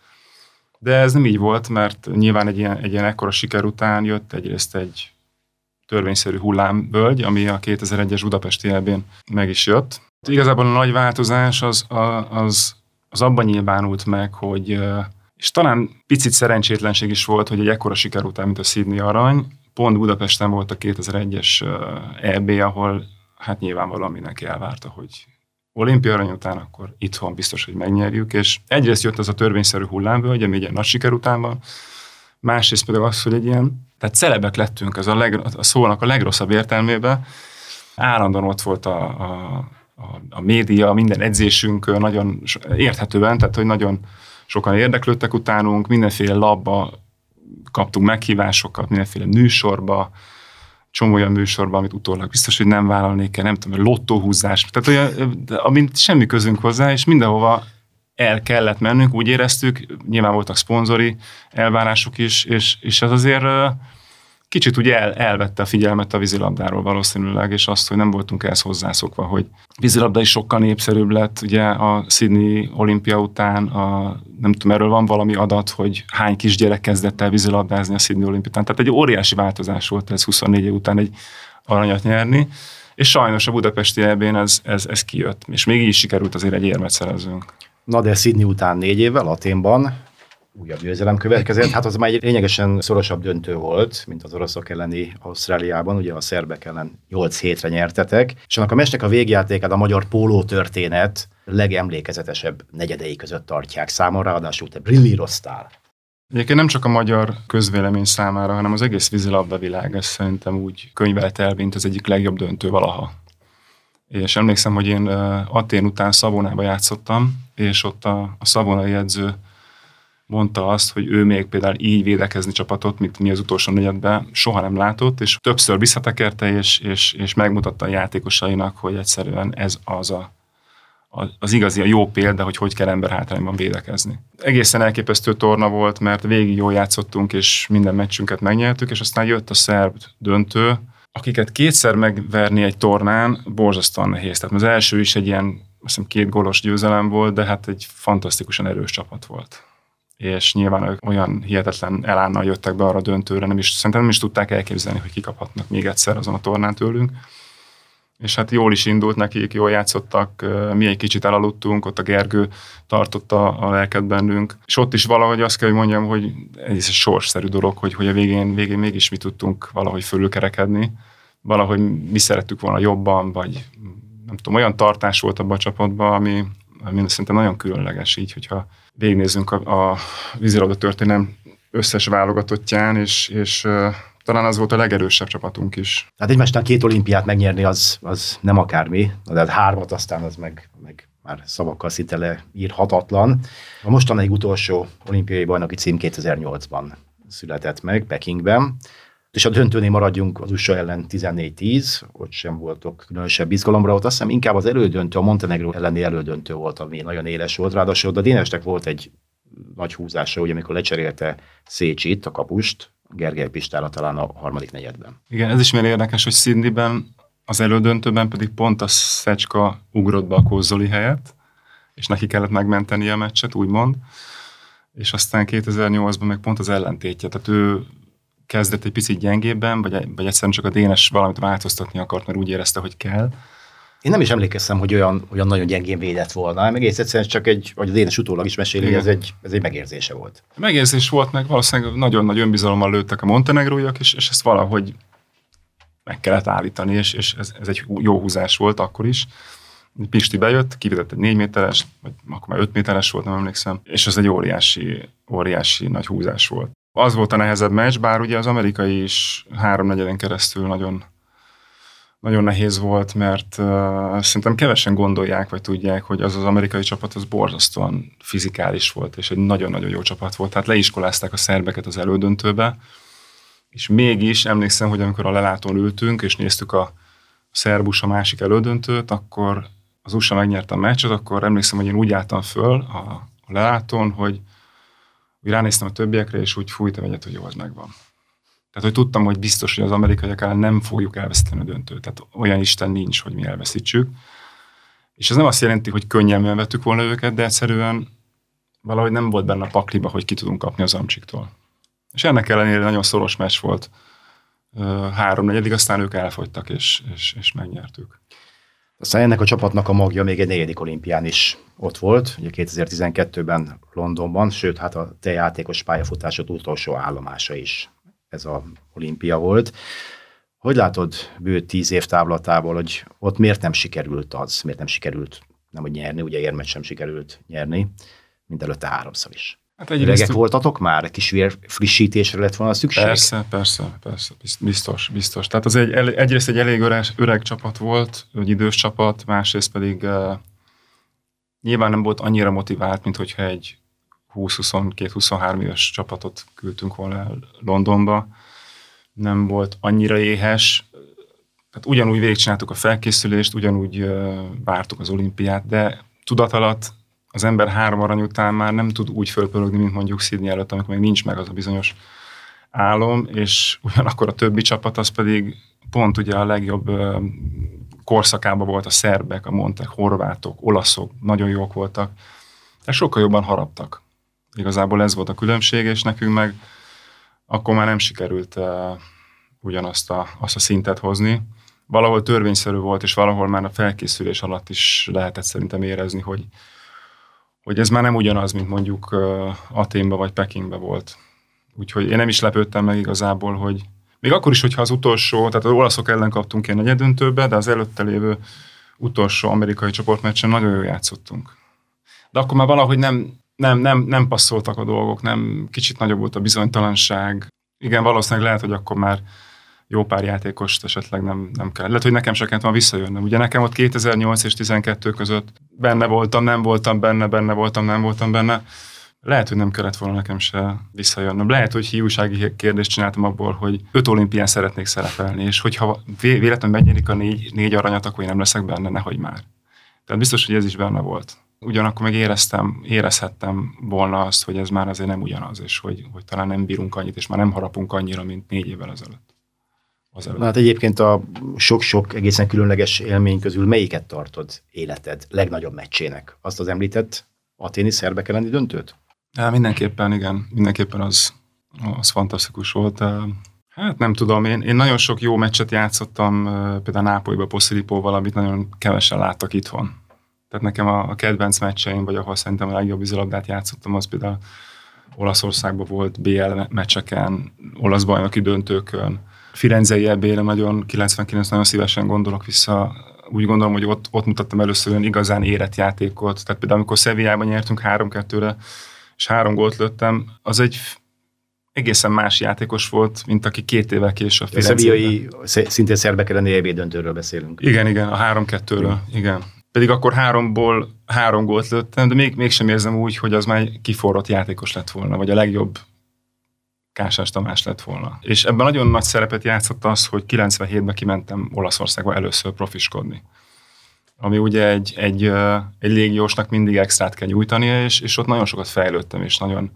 De ez nem így volt, mert nyilván egy ilyen, egy ilyen ekkora siker után jött egyrészt egy törvényszerű hullámvölgy, ami a kétezer-egyes Budapesti é bén meg is jött. Igazából a nagy változás az, az, az abban nyilvánult meg, hogy, és talán picit szerencsétlenség is volt, hogy egy ekkora siker után, mint a Sydney arany, pont Budapesten volt a kétezer-egyes é bé, ahol hát nyilvánvalóan mindenki elvárta, hogy olimpia arany után akkor itthon biztos, hogy megnyerjük, és egyrészt jött az a törvényszerű hullámvölgy, ami egy ilyen nagy siker után van, másrészt pedig az, hogy egy ilyen, tehát celebek lettünk, ez a, leg, a szónak a legrosszabb értelmében, állandóan ott volt a, a, a, a média, minden edzésünk nagyon érthetően, tehát hogy nagyon sokan érdeklődtek utánunk, mindenféle labba kaptunk meghívásokat, mindenféle műsorba, csomó olyan műsorban, amit utólag biztos, hogy nem vállalnék el, nem tudom, lottóhúzás, tehát olyan, amint semmi közünk hozzá, és mindenhova el kellett mennünk, úgy éreztük, nyilván voltak szponzori elvárások is, és, és ez azért kicsit ugye el, elvette a figyelmet a vízilabdáról valószínűleg, és azt, hogy nem voltunk ehhez hozzászokva, hogy vízilabda is sokkal népszerűbb lett, ugye a Sydney olimpia után, a, nem tudom, erről van valami adat, hogy hány kisgyerek kezdett el vízilabdázni a Sydney olimpia után, tehát egy óriási változás volt ez huszonnégy év után egy aranyat nyerni, és sajnos a budapesti é bén ez, ez, ez kijött, és még így is sikerült azért egy érmet szerezzünk. Na de Sydney után négy évvel Athénban újabb győzelem következett. Hát az már egy lényegesen szorosabb döntő volt, mint az oroszok elleni Ausztráliában, ugye a szerbek ellen nyolc hétre nyertetek, és annak a meccsnek a végjátékát a magyar póló történet legemlékezetesebb negyedei között tartják számomra, ráadásul te brillíroztál. Egyébként nem csak a magyar közvélemény számára, hanem az egész vízilabda világ, ez szerintem úgy könyvelt el, mint az egyik legjobb döntő valaha. És emlékszem, hogy én Athén után Savonába játszottam, és ott a, a szavonai edző mondta azt, hogy ő még például így védekezni csapatot, mint mi az utolsó negyedben soha nem látott, és többször visszatekerte, és, és, és megmutatta a játékosainak, hogy egyszerűen ez az a, a, az igazi, a jó példa, hogy hogy kell emberhátrányban védekezni. Egészen elképesztő torna volt, mert végig jól játszottunk, és minden meccsünket megnyertük, és aztán jött a szerb döntő, akiket kétszer megverni egy tornán borzasztóan nehéz. Tehát az első is egy ilyen, azt hiszem, két gólos győzelem volt, de hát egy fantasztikusan erős csapat volt. És nyilván ők olyan hihetetlen elánnal jöttek be arra a döntőre, nem is, szerintem nem is tudták elképzelni, hogy kikaphatnak még egyszer azon a tornán tőlünk. És hát jól is indult nekik, jól játszottak, mi egy kicsit elaludtunk, ott a Gergő tartotta a lelket bennünk. És ott is valahogy azt kell, hogy mondjam, hogy ez egy sorsszerű dolog, hogy, hogy a végén, végén mégis mi tudtunk valahogy fölülkerekedni. Valahogy mi szerettük volna jobban, vagy nem tudom, olyan tartás volt abban a csapatban, ami, ami szerintem nagyon különleges így, hogyha végignézzünk a, a vízilabda történelem összes válogatottján, és, és uh, talán az volt a legerősebb csapatunk is. Hát egymásnál két olimpiát megnyerni az, az nem akármi, de hát hármat aztán az meg, meg már szavakkal szinte leírhatatlan. A mostanáig utolsó olimpiai bajnoki cím kétezer-nyolcban született meg Pekingben. És a döntőnél maradjunk az u es á ellen tizennégy tíz, ott sem voltok különösebb izgalomra, ott azt hiszem inkább az elődöntő, a Montenegro elleni elődöntő volt, ami nagyon éles volt, ráadásul a Dénesnek volt egy nagy húzása, ugye, amikor lecserélte Szécsit, a kapust, Gergely Pistára talán a harmadik negyedben. Igen, ez is még érdekes, hogy Sydneyben, az elődöntőben pedig pont a Szecska ugrott be a Kozzoli helyett, és neki kellett megmenteni a meccset, úgymond, és aztán kétezer-nyolcban meg pont az ellentétje, tehát ő kezdett egy picit gyengébben, vagy, vagy egyszerűen csak a Dénes valamit változtatni akart, mert úgy érezte, hogy kell. Én nem is emlékeztem, hogy olyan, olyan nagyon gyengén védett volna, meg egész egyszerűen csak egy, vagy a Dénes utólag is meséli, hogy ez egy, ez egy megérzése volt. Megérzés volt, meg valószínűleg nagyon nagy önbizalommal lőttek a montenegróiak, és, és ezt valahogy meg kellett állítani, és, és ez, ez egy jó húzás volt akkor is. Pisti bejött, kivetett egy négy méteres, vagy akkor már öt méteres volt, nem emlékszem, és ez egy óriási, óriási nagy húzás volt. Az volt a nehezebb meccs, bár ugye az amerikai is háromnegyeden keresztül nagyon, nagyon nehéz volt, mert uh, szerintem kevesen gondolják, vagy tudják, hogy az az amerikai csapat az borzasztóan fizikális volt, és egy nagyon-nagyon jó csapat volt. Tehát leiskolázták a szerbeket az elődöntőbe, és mégis emlékszem, hogy amikor a lelátón ültünk, és néztük a szerb-u es á másik elődöntőt, akkor az u es á megnyerte a meccset, akkor emlékszem, hogy én úgy álltam föl a, a lelátón, hogy, hogy ránéztem a többiekre, és úgy fújtam egyet, hogy jó, az megvan. Tehát, hogy tudtam, hogy biztos, hogy az amerikaiak ellen nem fogjuk elveszteni a döntőt. Tehát olyan Isten nincs, hogy mi elveszítsük. És ez nem azt jelenti, hogy könnyelműen vettük volna őket, de egyszerűen valahogy nem volt benne a pakliba, hogy ki tudunk kapni az Amcsiktól. És ennek ellenére nagyon szoros meccs volt. Három-negyedig, aztán ők elfogytak, és, és, és megnyertük. Aztán ennek a csapatnak a magja még egy negyedik olimpián is ott volt, ugye kétezer-tizenkettőben Londonban, sőt, hát a te játékos pályafutásod utolsó állomása is ez az olimpia volt. Hogy látod bő tíz év távlatából, hogy ott miért nem sikerült az, miért nem sikerült, nem hogy nyerni, ugye érmet sem sikerült nyerni, mint előtte háromszor is. Hát Öregek voltatok már? Egy kis vér frissítésre lett volna szükség? Persze, persze, persze, biztos, biztos. Tehát az egy, egyrészt egy elég öreg, öreg csapat volt, egy idős csapat, másrészt pedig uh, nyilván nem volt annyira motivált, mint hogyha egy húsz-huszonkettő-huszonhárom éves csapatot küldtünk volna el Londonba. Nem volt annyira éhes. Tehát ugyanúgy végigcsináltuk a felkészülést, ugyanúgy uh, vártuk az olimpiát, de tudat alatt az ember három arany után már nem tud úgy fölpörögni, mint mondjuk Sydney előtt, amikor még nincs meg az a bizonyos álom, és ugyanakkor a többi csapat az pedig pont ugye a legjobb uh, korszakában volt a szerbek, a montek, horvátok, olaszok, nagyon jók voltak, de sokkal jobban haraptak. Igazából ez volt a különbség, és nekünk meg akkor már nem sikerült uh, ugyanazt a, azt a szintet hozni. Valahol törvényszerű volt, és valahol már a felkészülés alatt is lehetett szerintem érezni, hogy hogy ez már nem ugyanaz, mint mondjuk uh, Athénba vagy Pekingbe volt. Úgyhogy én nem is lepődtem meg igazából, hogy még akkor is, hogyha az utolsó, tehát az olaszok ellen kaptunk ilyen negyeddöntőbe, de az előtte lévő utolsó amerikai csoportmeccsen nagyon jól játszottunk. De akkor már valahogy nem, nem, nem, nem passzoltak a dolgok, nem, kicsit nagyobb volt a bizonytalanság. Igen, valószínűleg lehet, hogy akkor már jó pár játékost esetleg nem, nem kell. Lehet, hogy nekem se kellett volna visszajönnöm. Ugye nekem ott kétezer-nyolc és tizenkettő között benne voltam, nem voltam benne, benne voltam, nem voltam benne. Lehet, hogy nem kellett volna nekem se visszajönnöm. Lehet, hogy hiúsági kérdést csináltam abból, hogy öt olimpián szeretnék szerepelni, és hogyha véletlenül megnyerik a négy, négy aranyat, akkor én nem leszek benne, nehogy már. Tehát biztos, hogy ez is benne volt. Ugyanakkor meg éreztem, érezhettem volna azt, hogy ez már azért nem ugyanaz, és hogy, hogy talán nem bírunk annyit, és már nem harapunk annyira, mint négy évvel ezelőtt. Na hát egyébként a sok-sok egészen különleges élmény közül melyiket tartod életed legnagyobb meccsének? Azt az említett athéni szerbek elleni döntőt? Ja, mindenképpen, igen. Mindenképpen az, az fantasztikus volt. Hát nem tudom, én, én nagyon sok jó meccset játszottam, például Nápolyba Poszilipóval, amit nagyon kevesen láttak itthon. Tehát nekem a, a kedvenc meccseim, vagy ahol szerintem a legjobb vízilabdát játszottam, az például Olaszországban volt bé el meccseken, olasz bajnoki döntőkön, Firenzei é bé-re nagyon, kilencvenkilenc nagyon szívesen gondolok vissza. Úgy gondolom, hogy ott, ott mutattam először olyan igazán érett játékot. Tehát például, amikor Sevillában nyertünk három kettőre, és három gólt lőttem, az egy egészen más játékos volt, mint aki két évvel később. A szevillai szintén szerbek elleni é bé döntőről beszélünk. Igen, igen, a három kettőről, igen. Pedig akkor háromból három gólt lőttem, de még, mégsem érzem úgy, hogy az már egy kiforrott játékos lett volna, vagy a legjobb Kásás Tamás lett volna. És ebben nagyon nagy szerepet játszott az, hogy kilencvenhétben kimentem Olaszországba először profiskodni. Ami ugye egy, egy, egy légiósnak mindig extrát kell nyújtania, és, és ott nagyon sokat fejlődtem, és nagyon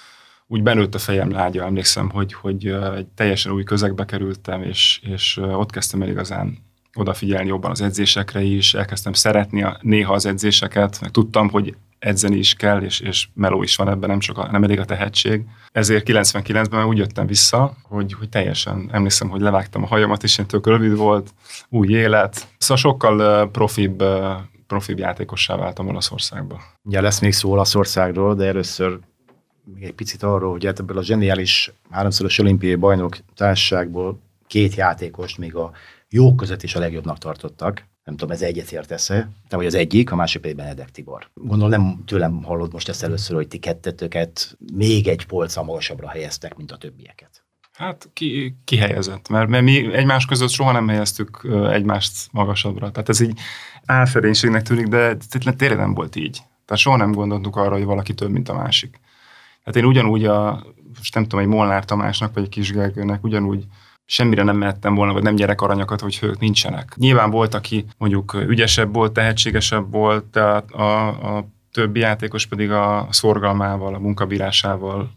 úgy benőtt a fejem lágya, emlékszem, hogy, hogy egy teljesen új közegbe kerültem, és, és ott kezdtem el igazán odafigyelni jobban az edzésekre is, elkezdtem szeretni a, néha az edzéseket, meg tudtam, hogy edzeni is kell, és, és meló is van ebben, nem, csak a, nem elég a tehetség. Ezért kilencvenkilencben már úgy jöttem vissza, hogy, hogy teljesen emlékszem, hogy levágtam a hajamat, és én tök rövid volt, új élet. Szóval sokkal profibb, profibb játékossá váltam Olaszországba. Ugye lesz még szó Olaszországról, de először még egy picit arról, hogy ebből a zseniális háromszoros olimpiai bajnok társaságból két játékost még a jók között is a legjobbnak tartottak. Nem tudom, ez egyetértesz-e? Te vagy az egyik, a másik pedig Benedek Tibor. Gondolom nem tőlem hallod most ezt először, hogy ti kettetőket még egy polccal magasabbra helyeztek, mint a többieket. Hát ki, ki helyezett, mert, mert mi egymás között soha nem helyeztük egymást magasabbra. Tehát ez így álszerénységnek tűnik, de tényleg nem volt így. Tehát soha nem gondoltuk arra, hogy valaki több, mint a másik. Tehát én ugyanúgy a, most nem tudom, egy Molnár Tamásnak, vagy egy Kis Gergőnek ugyanúgy semmire nem mehettem volna, vagy nem gyerekaranyagkat, hogy ők nincsenek. Nyilván volt, aki mondjuk ügyesebb volt, tehetségesebb volt, de a, a, a többi játékos pedig a szorgalmával, a munkabírásával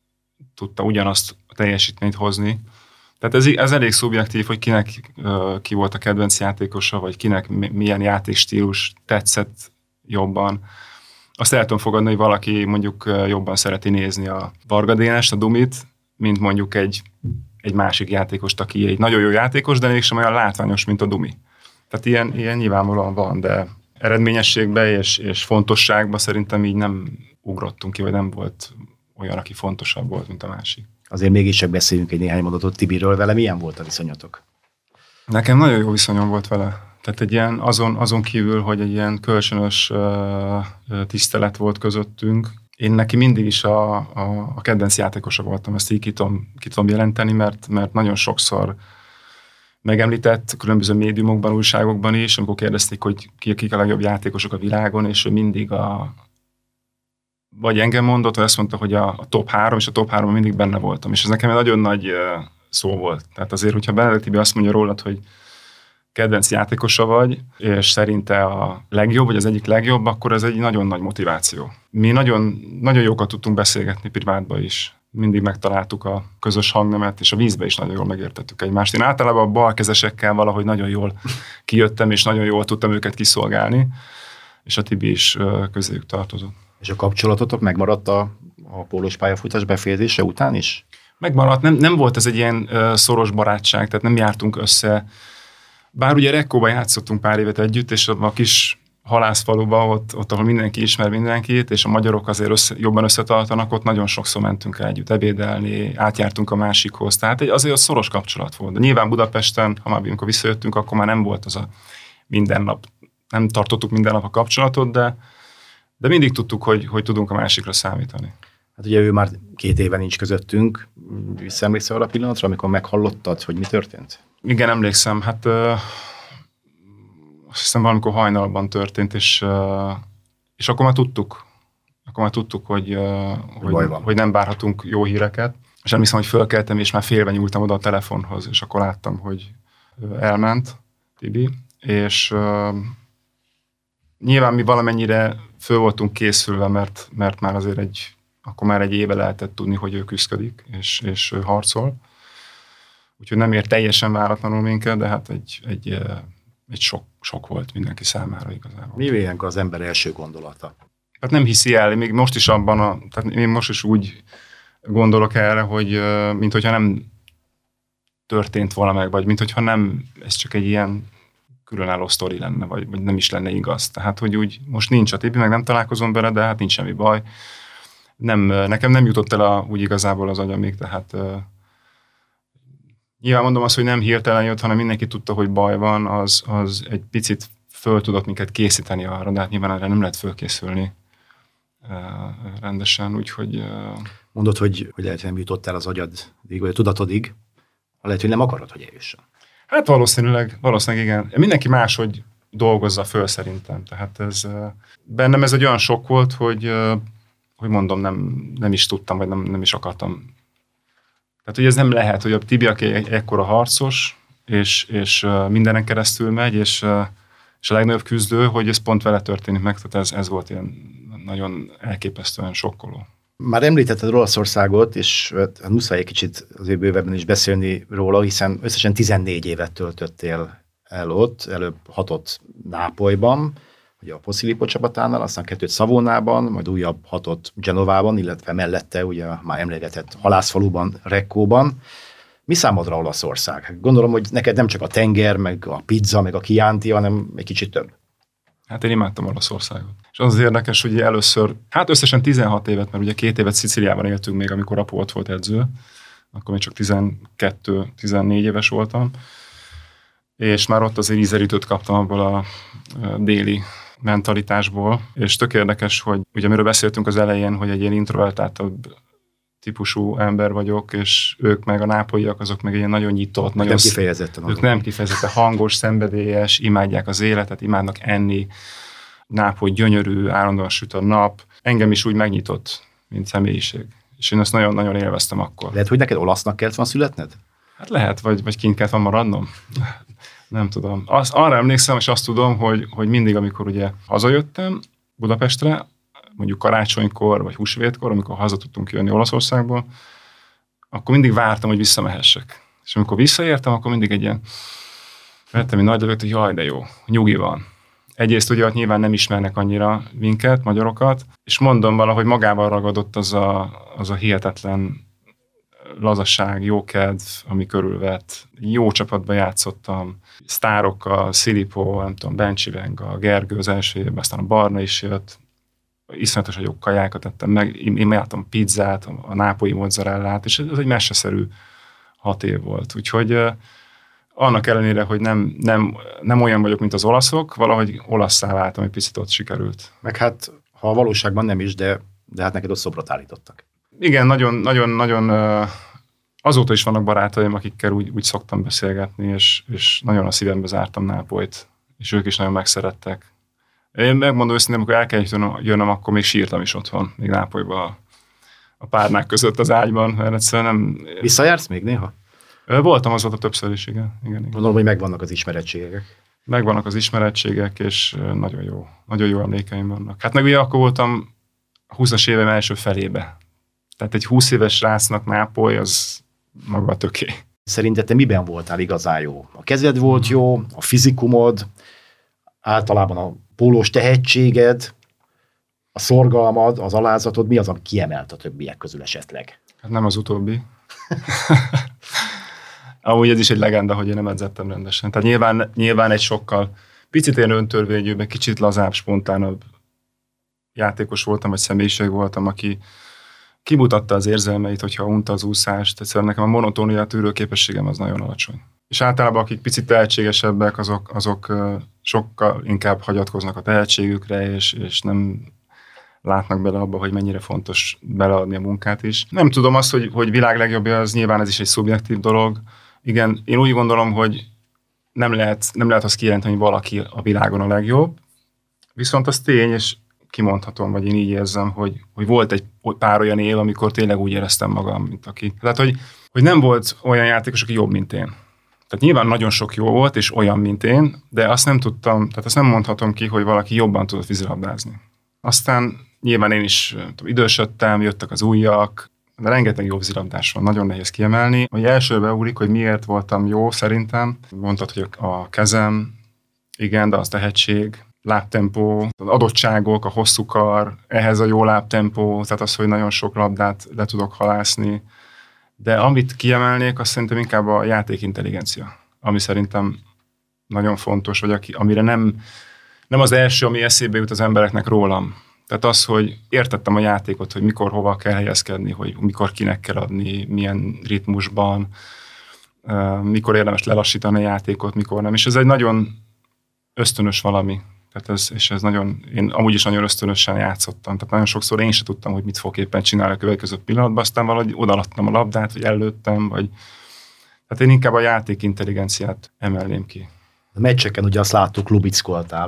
tudta ugyanazt a teljesítményt hozni. Tehát ez, ez elég szubjektív, hogy kinek uh, ki volt a kedvenc játékosa, vagy kinek milyen játékstílus tetszett jobban. Azt el tudom fogadni, hogy valaki mondjuk jobban szereti nézni a Varga Dénest, a Dumit, mint mondjuk egy egy másik játékost, aki egy nagyon jó játékos, de mégsem olyan látványos, mint a Dumi. Tehát ilyen, ilyen nyilvánvalóan van, de eredményességben és, és fontosságban szerintem így nem ugrottunk ki, vagy nem volt olyan, aki fontosabb volt, mint a másik. Azért mégiscsak beszéljünk egy néhány mondatot Tibiről, vele milyen volt a viszonyatok? Nekem nagyon jó viszonyom volt vele. Tehát egy ilyen, azon, azon kívül, hogy egy ilyen kölcsönös uh, tisztelet volt közöttünk, én neki mindig is a, a, a kedvenc játékosa voltam, ezt így ki tudom, ki tudom jelenteni, mert, mert nagyon sokszor megemlített különböző médiumokban, újságokban is, amikor kérdezték, hogy ki, kik a legjobb játékosok a világon, és ő mindig a, vagy engem mondott, vagy azt mondta, hogy a, a top három, és a top háromban mindig benne voltam. És ez nekem egy nagyon nagy szó volt. Tehát azért, hogyha Benedek Tibi azt mondja rólad, hogy kedvenc játékosa vagy, és szerinte a legjobb, vagy az egyik legjobb, akkor ez egy nagyon nagy motiváció. Mi nagyon, nagyon jókat tudtunk beszélgetni privátban is. Mindig megtaláltuk a közös hangnemet, és a vízbe is nagyon jól megértettük egymást. Én általában a balkezesekkel valahogy nagyon jól kijöttem, és nagyon jól tudtam őket kiszolgálni, és a Tibi is közéjük tartozott. És a kapcsolatotok megmaradt a, a pólós pályafutás befejezése után is? Megmaradt, nem, nem volt ez egy ilyen uh, szoros barátság, tehát nem jártunk össze. Bár ugye Rekkóban játszottunk pár évet együtt, és a kis halászfaluban, ott, ott, ahol mindenki ismer mindenkit, és a magyarok azért össze, jobban összetartanak, ott nagyon sokszor mentünk el együtt ebédelni, átjártunk a másikhoz, tehát egy, azért az szoros kapcsolat volt. De nyilván Budapesten, ha már amikor visszajöttünk, akkor már nem volt az a minden nap, nem tartottuk minden nap a kapcsolatot, de, de mindig tudtuk, hogy, hogy tudunk a másikra számítani. Hát ugye ő már két éve nincs közöttünk. Visszaemlékszel arra a pillanatra, amikor meghallottad, hogy mi történt? Igen, emlékszem. Hát ö, azt hiszem valamikor hajnalban történt, és, ö, és akkor már tudtuk, akkor már tudtuk, hogy, ö, hogy, hogy nem várhatunk jó híreket. És emlékszem, hogy fölkeltem, és már félve nyúltam oda a telefonhoz, és akkor láttam, hogy elment Tibi, és ö, nyilván mi valamennyire föl voltunk készülve, mert, mert már azért egy akkor már egy éve lehetett tudni, hogy ő küszködik, és, és ő harcol. Úgyhogy nem ért teljesen váratlanul minket, de hát egy, egy, egy sok, sok volt mindenki számára igazából. Mi ilyenkor az ember első gondolata? Hát nem hiszi el, még most is abban, a, tehát én most is úgy gondolok erre, hogy mint hogyha nem történt volna meg, vagy mint hogyha nem, ez csak egy ilyen különálló sztori lenne, vagy, vagy nem is lenne igaz. Tehát, hogy úgy most nincs a Tibi, meg nem találkozom vele, de hát nincs semmi baj. Nem, nekem nem jutott el a, úgy igazából az agyamig, tehát uh, nyilván mondom azt, hogy nem hirtelen jött, hanem mindenki tudta, hogy baj van, az, az egy picit föl tudott minket készíteni arra, de hát nyilván erre nem lehet fölkészülni uh, rendesen, úgyhogy... Uh, Mondod, hogy, hogy lehet, hogy nem jutott el az agyadig, vagy a tudatodig, lehet, hogy nem akarod, hogy eljusson. Hát valószínűleg, valószínűleg igen. Mindenki máshogy dolgozza föl szerintem, tehát ez uh, bennem ez egy olyan sok volt, hogy uh, hogy mondom, nem, nem is tudtam, vagy nem, nem is akartam Tehát, hogy ez nem lehet, hogy a Tibi, aki egy ekkora harcos, és, és mindenen keresztül megy, és, és a legnagyobb küzdő, hogy ez pont vele történik meg, tehát ez, ez volt ilyen nagyon elképesztően sokkoló. Már említetted Olaszországot, és muszáj egy kicsit azért bővebben is beszélni róla, hiszen összesen tizennégy évet töltöttél el ott, előbb hatot Nápolyban, ugye a Posillipo csapatánál, aztán kettőt Savonában, majd újabb hatot Genovában, illetve mellette ugye már emlegetett halászfaluban, Reccóban. Mi számodra Olaszország? Gondolom, hogy neked nem csak a tenger, meg a pizza, meg a Chianti, hanem egy kicsit több. Hát én imádtam Olaszországot. És az az érdekes, hogy először, hát összesen tizenhat évet, mert ugye két évet Szicíliában éltünk még, amikor apu ott volt edző, akkor még csak tizenkettő-tizennégy éves voltam, és már ott azért ízelítőt kaptam abból a déli mentalitásból, és tök érdekes, hogy ugye amiről beszéltünk az elején, hogy egy ilyen introvertáltabb típusú ember vagyok, és ők meg a nápolyiak, azok meg ilyen nagyon nyitott, nagyon nem kifejezetten. Ők nem kifejezetten hangos, szenvedélyes, imádják az életet, imádnak enni, Nápoly gyönyörű, állandóan süt a nap. Engem is úgy megnyitott, mint személyiség. És én ezt nagyon-nagyon élveztem akkor. Lehet, hogy neked olasznak kellett volna születned? Hát lehet, vagy, vagy kint kellett volna maradnom. Nem tudom. Az, arra emlékszem, és azt tudom, hogy, hogy mindig, amikor ugye hazajöttem Budapestre, mondjuk karácsonykor, vagy húsvétkor, amikor haza tudtunk jönni Olaszországból, akkor mindig vártam, hogy visszamehessek. És amikor visszaértem, akkor mindig egy ilyen, vettem egy nagy lövőt, hogy jaj, de jó, nyugi van. Egyrészt ugye nyilván nem ismernek annyira minket, magyarokat, és mondom valahogy magával ragadott az a, az a hihetetlen lazaság, jókedv, ami körülvett. Jó csapatban játszottam, sztárokkal, Filippo, nem tudom, Bencsi Venga, Gergő az első évben, aztán a Barna is jött. Iszonyatosan jó kajákat ettem meg, imádtam pizzát, a nápolyi mozzarellát, és ez egy meseszerű hat év volt. Úgyhogy uh, annak ellenére, hogy nem, nem, nem olyan vagyok, mint az olaszok, valahogy olasszá váltam, egy picit ott sikerült. Meg hát, ha a valóságban nem is, de, de hát neked ott szobrot állítottak. Igen, nagyon, nagyon, nagyon uh, azóta is vannak barátaim, akikkel úgy, úgy szoktam beszélgetni, és, és nagyon a szívembe zártam Nápolyt, és ők is nagyon megszerettek. Én megmondom őszintén, amikor el kell jönnöm, akkor még sírtam is otthon, még Nápolyban a, a párnák között az ágyban, mert egyszerűen nem... Visszajársz még néha? Voltam azóta többször is, igen. igen, igen. Gondolom, hogy megvannak az ismerettségek. Megvannak az ismerettségek, és nagyon jó, nagyon jó emlékeim vannak. Hát meg ugye akkor voltam a húszas évem első felébe. Tehát egy húsz éves srácnak Nápoly, az maga töké. Szerinted te miben voltál igazán jó? A kezed volt jó, a fizikumod, általában a pólós tehetséged, a szorgalmad, az alázatod, mi az, ami kiemelt a többiek közül esetleg? Hát nem az utóbbi. Amúgy ez is egy legenda, hogy én nem edzettem rendesen. Tehát nyilván, nyilván egy sokkal picit ilyen öntörvényűbb, kicsit lazább, spontánabb játékos voltam, vagy személyiség voltam, aki kimutatta az érzelmeit, hogyha unta az úszást. Egyszerűen nekem a monotónia tűrő képességem az nagyon alacsony. És általában akik picit tehetségesebbek, azok, azok sokkal inkább hagyatkoznak a tehetségükre, és, és nem látnak bele abba, hogy mennyire fontos beleadni a munkát is. Nem tudom azt, hogy, hogy világ legjobbja, az nyilván ez is egy szubjektív dolog. Igen, én úgy gondolom, hogy nem lehet, nem lehet azt kijelenteni, hogy valaki a világon a legjobb. Viszont az tény, és kimondhatom, vagy én így érzem, hogy, hogy volt egy pár olyan év, amikor tényleg úgy éreztem magam, mint aki. Tehát, hogy, hogy nem volt olyan játékos, aki jobb, mint én. Tehát nyilván nagyon sok jó volt, és olyan, mint én, de azt nem tudtam, tehát azt nem mondhatom ki, hogy valaki jobban tudott vízilabdázni. Aztán nyilván én is tudom, idősödtem, jöttek az újak, de rengeteg jó vízilabdás van, nagyon nehéz kiemelni. Hogy elsőbe ugrik, hogy miért voltam jó szerintem. Mondtad, hogy a kezem, igen, de az tehetség, lábtempó, az adottságok, a hosszú kar, ehhez a jó lábtempó, tehát az, hogy nagyon sok labdát le tudok halászni. De amit kiemelnék, azt szerintem inkább a játékintelligencia, ami szerintem nagyon fontos, vagy aki, amire nem, nem az első, ami eszébe jut az embereknek rólam. Tehát az, hogy értettem a játékot, hogy mikor, hova kell helyezkedni, hogy mikor kinek kell adni, milyen ritmusban, mikor érdemes lelassítani a játékot, mikor nem. És ez egy nagyon ösztönös valami. Tehát ez, és ez nagyon, én amúgy is nagyon ösztönösen játszottam. Tehát nagyon sokszor én sem tudtam, hogy mit fog éppen csinálni a következő pillanatban, aztán valahogy odaadtam a labdát, vagy előttem, vagy... Tehát én inkább a játék intelligenciát emelném ki. A meccseken ugye azt láttuk, lubickoltál a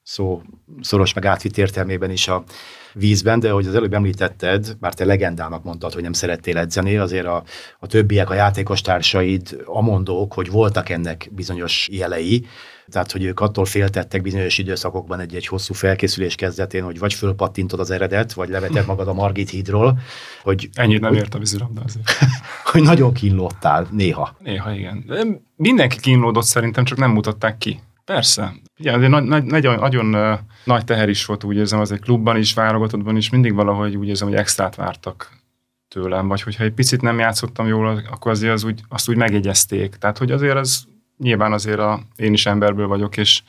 szó szoros meg átvitt értelmében is a vízben, de ahogy az előbb említetted, bár te legendának mondtad, hogy nem szerettél edzeni, azért a, a többiek, a játékos társaid amondók, hogy voltak ennek bizonyos jelei, tehát hogy ők attól féltettek bizonyos időszakokban egy-egy hosszú felkészülés kezdetén, hogy vagy fölpattintod az eredet, vagy leveted magad a Margit hídról, hogy... Ennyit nem hogy, ért a vízilabda azért. hogy nagyon kínlódtál néha. Néha igen. De mindenki kínlódott szerintem, csak nem mutatták ki. Persze. Igen, de nagy, nagy, nagyon, nagyon uh, nagy teher is volt, úgy érzem, az egy klubban is, válogatottban is, mindig valahogy úgy érzem, hogy extrát vártak tőlem, vagy hogyha egy picit nem játszottam jól, akkor azért az úgy, azt úgy megjegyezték. Tehát, hogy azért ez nyilván azért a, én is emberből vagyok, és,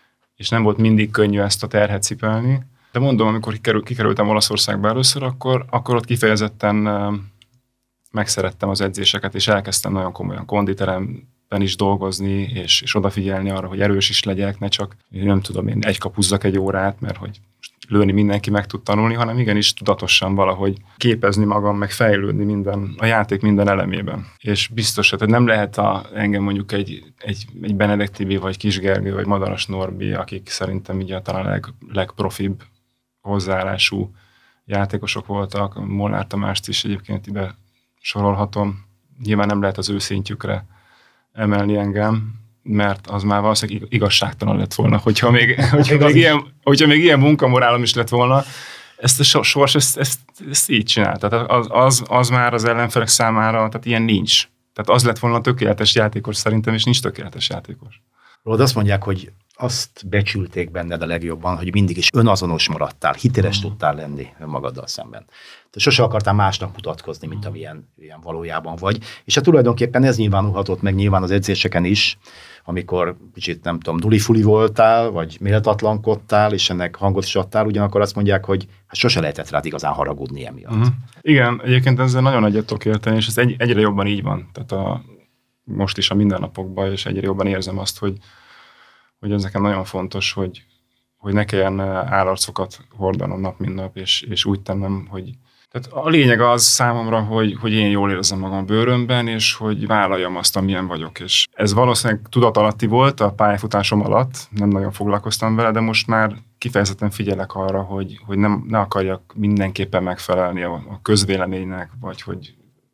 és nem volt mindig könnyű ezt a terhet cipelni. De mondom, amikor kikerül, kikerültem Olaszországba először, akkor, akkor ott kifejezetten uh, megszerettem az edzéseket, és elkezdtem nagyon komolyan konditeremben is dolgozni, és, és odafigyelni arra, hogy erős is legyek, ne csak, nem tudom én, egy kapuzzak egy órát, mert hogy lőni mindenki meg tud tanulni, hanem igenis tudatosan valahogy képezni magam, meg fejlődni minden, a játék minden elemében. És biztos, hogy nem lehet a, engem mondjuk egy, egy, egy Benedek Tibi, vagy Kis Gergő, vagy Madaras Norbi, akik szerintem így talán a leg, legprofibb hozzáállású játékosok voltak, Molnár Tamást is egyébként ide sorolhatom. Nyilván nem lehet az ő szintjükre emelni engem, mert az már valószínűleg igazságtalan lett volna, hogyha még, hogyha még, ilyen, hogyha még ilyen munkamorálom is lett volna. Ezt a sors, ezt, ezt, ezt így csinál. Tehát az, az, az már az ellenfelek számára, tehát ilyen nincs. Tehát az lett volna a tökéletes játékos szerintem, és nincs tökéletes játékos. Rólad azt mondják, hogy azt becsülték benned a legjobban, hogy mindig is önazonos maradtál, hiteles mm. tudtál lenni önmagaddal szemben. Te sose akartál másnak mutatkozni, mint amilyen ilyen valójában vagy. És hát tulajdonképpen ez nyilvánulhatott meg nyilván az edzéseken is, amikor kicsit nem tudom, duli-fuli voltál, vagy méltatlankodtál, és ennek hangot is adtál, ugyanakkor azt mondják, hogy hát sose lehetett rád igazán haragudni emiatt. Mm. Igen, egyébként ezzel nagyon egyet tudok érteni, és ez egy, egyre jobban így van. Tehát a, most is a mindennapokban, és egyre jobban érzem azt, hogy hogy ez nekem nagyon fontos, hogy, hogy ne kelljen állarcokat hordanom nap, mint nap, és, és úgy tennem, hogy... Tehát a lényeg az számomra, hogy, hogy én jól érzem magam a bőrömben, és hogy vállaljam azt, amilyen vagyok. És ez valószínűleg tudatalatti volt a pályafutásom alatt, nem nagyon foglalkoztam vele, de most már kifejezetten figyelek arra, hogy, hogy nem, ne akarjak mindenképpen megfelelni a, a közvéleménynek, vagy hogy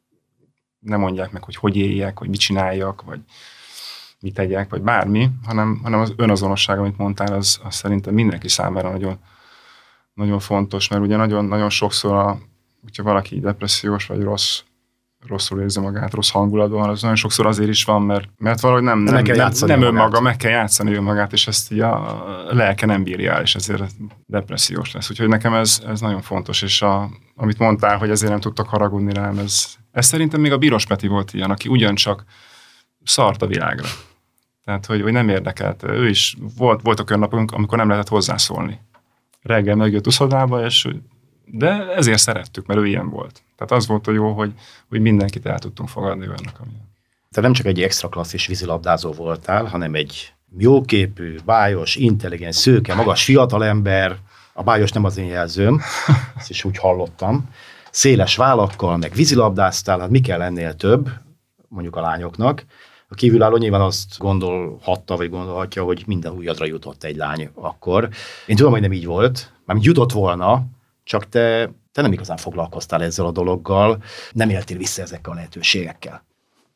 ne mondják meg, hogy hogy éljek, hogy mit csináljak, vagy mit tegyek, vagy bármi, hanem, hanem az önazonosság, amit mondtál, az, az szerintem mindenki számára nagyon, nagyon fontos, mert ugye nagyon, nagyon sokszor, a, hogyha valaki depressziós, vagy rossz, rosszul érzi magát, rossz hangulatban, az nagyon sokszor azért is van, mert, mert valahogy nem, nem, nem, nem önmaga, meg kell játszani önmagát, és ezt így a lelke nem bírja el, és ezért depressziós lesz. Úgyhogy nekem ez, ez nagyon fontos, és a, amit mondtál, hogy ezért nem tudtak haragudni rám, ez, ez szerintem még a Bíros Peti volt ilyen, aki ugyancsak szart a világra. Tehát, hogy, hogy nem érdekelt. Ő is volt, voltak olyan napunk, amikor nem lehetett hozzászólni. Reggel megjött uszodába, és de ezért szerettük, mert ő ilyen volt. Tehát az volt a jó, hogy, hogy mindenkit el tudtunk fogadni olyannak, amilyen. Te nem csak egy extra klasszis vízilabdázó voltál, hanem egy jóképű, bájos, intelligens, szőke, magas fiatalember. A bájos nem az én jelzőm, ezt is úgy hallottam. Széles vállakkal, meg vízilabdáztál, hát mi kell ennél több, mondjuk a lányoknak. A kívülálló nyilván azt gondolhatta, vagy gondolhatja, hogy minden ujjadra jutott egy lány akkor. Én tudom, hogy nem így volt, mármint jutott volna, csak te, te nem igazán foglalkoztál ezzel a dologgal, nem éltél vissza ezekkel a lehetőségekkel.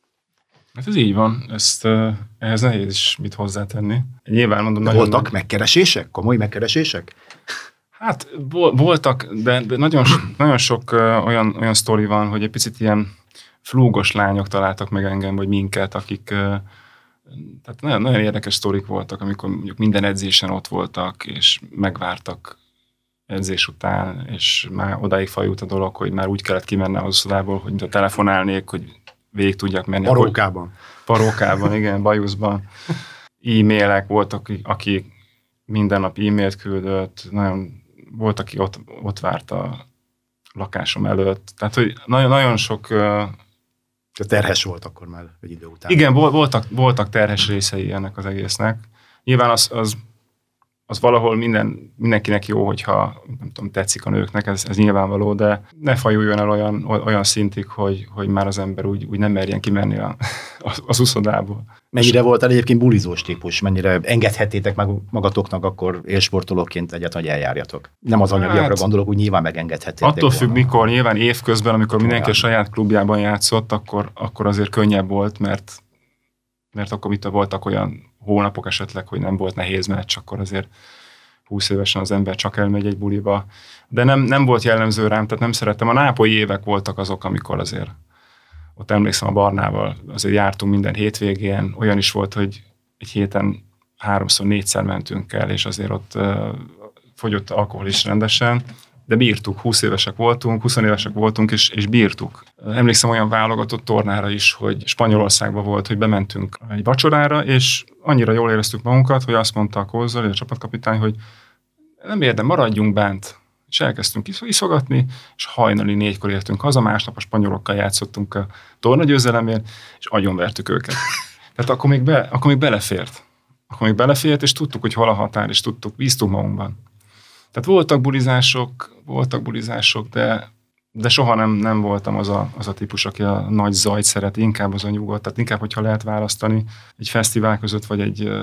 Hát ez így van, ezt, ehhez nehéz is mit hozzátenni. Nyilván mondom, de voltak nagy... megkeresések? Komoly megkeresések? Hát voltak, de, de nagyon, nagyon sok olyan, olyan sztori van, hogy egy picit ilyen flúgos lányok találtak meg engem, vagy minket, akik, tehát nagyon, nagyon érdekes sztorik voltak, amikor mondjuk minden edzésen ott voltak, és megvártak edzés után, és már odáig fajult a dolog, hogy már úgy kellett kimennem az uszodából, hogy mintha telefonálnék, hogy végig tudjak menni. Parókában. Parókában, igen, bajuszban. E-mailek voltak, aki minden nap e-mailt küldött, nagyon volt, aki ott, ott várt a lakásom előtt. Tehát, hogy nagyon, nagyon sok... Terhes volt akkor már egy idő után. Igen, voltak, voltak terhes részei ennek az egésznek. Nyilván az, az az valahol minden, mindenkinek jó, hogyha nem tudom, tetszik a nőknek, ez, ez nyilvánvaló, de ne fajuljon el olyan, olyan szintig, hogy, hogy már az ember úgy, úgy nem merjen kimenni a, az uszodából. Mennyire voltál egyébként bulizós típus? Mennyire engedhettétek meg magatoknak akkor élsportolóként egyet, hogy eljárjatok? Nem az anyagiakra hát, gondolok, úgy nyilván megengedhettétek. Attól függ, volna. Mikor, nyilván évközben, amikor mindenki a saját klubjában játszott, akkor, akkor azért könnyebb volt, mert, mert akkor itt voltak olyan hónapok esetleg, hogy nem volt nehéz meccs, akkor azért húsz évesen az ember csak elmegy egy buliba. De nem, nem volt jellemző rám, tehát nem szerettem. A nápolyi évek voltak azok, amikor azért ott emlékszem a Barnával, azért jártunk minden hétvégén, olyan is volt, hogy egy héten háromszor, négyszer mentünk el, és azért ott uh, fogyott alkohol is rendesen, de bírtuk, húsz évesek voltunk, húsz évesek voltunk, és, és bírtuk. Emlékszem olyan válogatott tornára is, hogy Spanyolországban volt, hogy bementünk egy vacsorára, és annyira jól éreztük magunkat, hogy azt mondta a Kózzal, a csapatkapitány, hogy nem érdem, maradjunk bent. És elkezdtünk iszogatni, és hajnali négykor értünk haza, másnap a spanyolokkal játszottunk a tornagyőzelemért, és agyonvertük őket. Tehát akkor még, be, akkor még belefért. Akkor még belefért, és tudtuk, hogy hol a határ, és tudtuk, bíztunk magunkban. Tehát voltak bulizások, voltak bulizások, de, de soha nem, nem voltam az a, az a típus, aki a nagy zajt szereti, inkább az a nyugodt. Tehát inkább, hogyha lehet választani egy fesztivál között, vagy egy uh,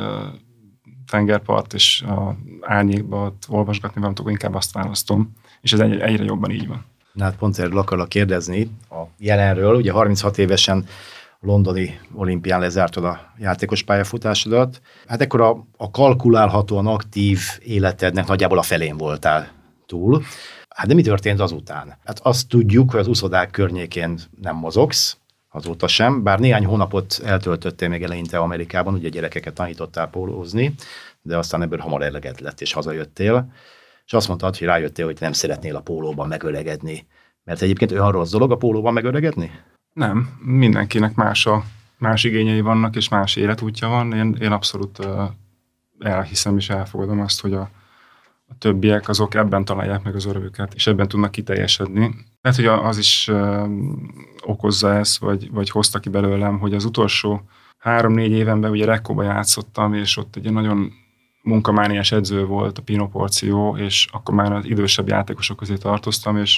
tengerpart, és a árnyékba olvasgatni valamit, akkor inkább azt választom. És ez egyre, egyre jobban így van. Na hát pont erről akarlak kérdezni a jelenről. Ugye harminchat évesen londoni olimpián lezártad a játékos pályafutásodat. Hát ekkor a, a kalkulálhatóan aktív életednek nagyjából a felén voltál túl. Hát de mi történt azután? Hát azt tudjuk, hogy az uszodák környékén nem mozogsz, azóta sem, bár néhány hónapot eltöltöttél még eleinte Amerikában, ugye gyerekeket tanítottál pólózni, de aztán ebből hamar eleged lett, és hazajöttél, és azt mondtad, hogy rájöttél, hogy nem szeretnél a pólóban megöregedni. Mert egyébként olyan rossz dolog a pólóban megöregedni? Nem, mindenkinek más, a, más igényei vannak, és más életútja van. Én, én abszolút uh, elhiszem és elfogadom azt, hogy a, a többiek azok ebben találják meg az örömüket, és ebben tudnak kiteljesedni. Lehet, hogy az is uh, okozza ezt, vagy, vagy hozta ki belőlem, hogy az utolsó három-négy évenben ugye Rekkóba játszottam, és ott egy nagyon munkamániás edző volt a Pino Porcio, és akkor már az idősebb játékosok közé tartoztam, és,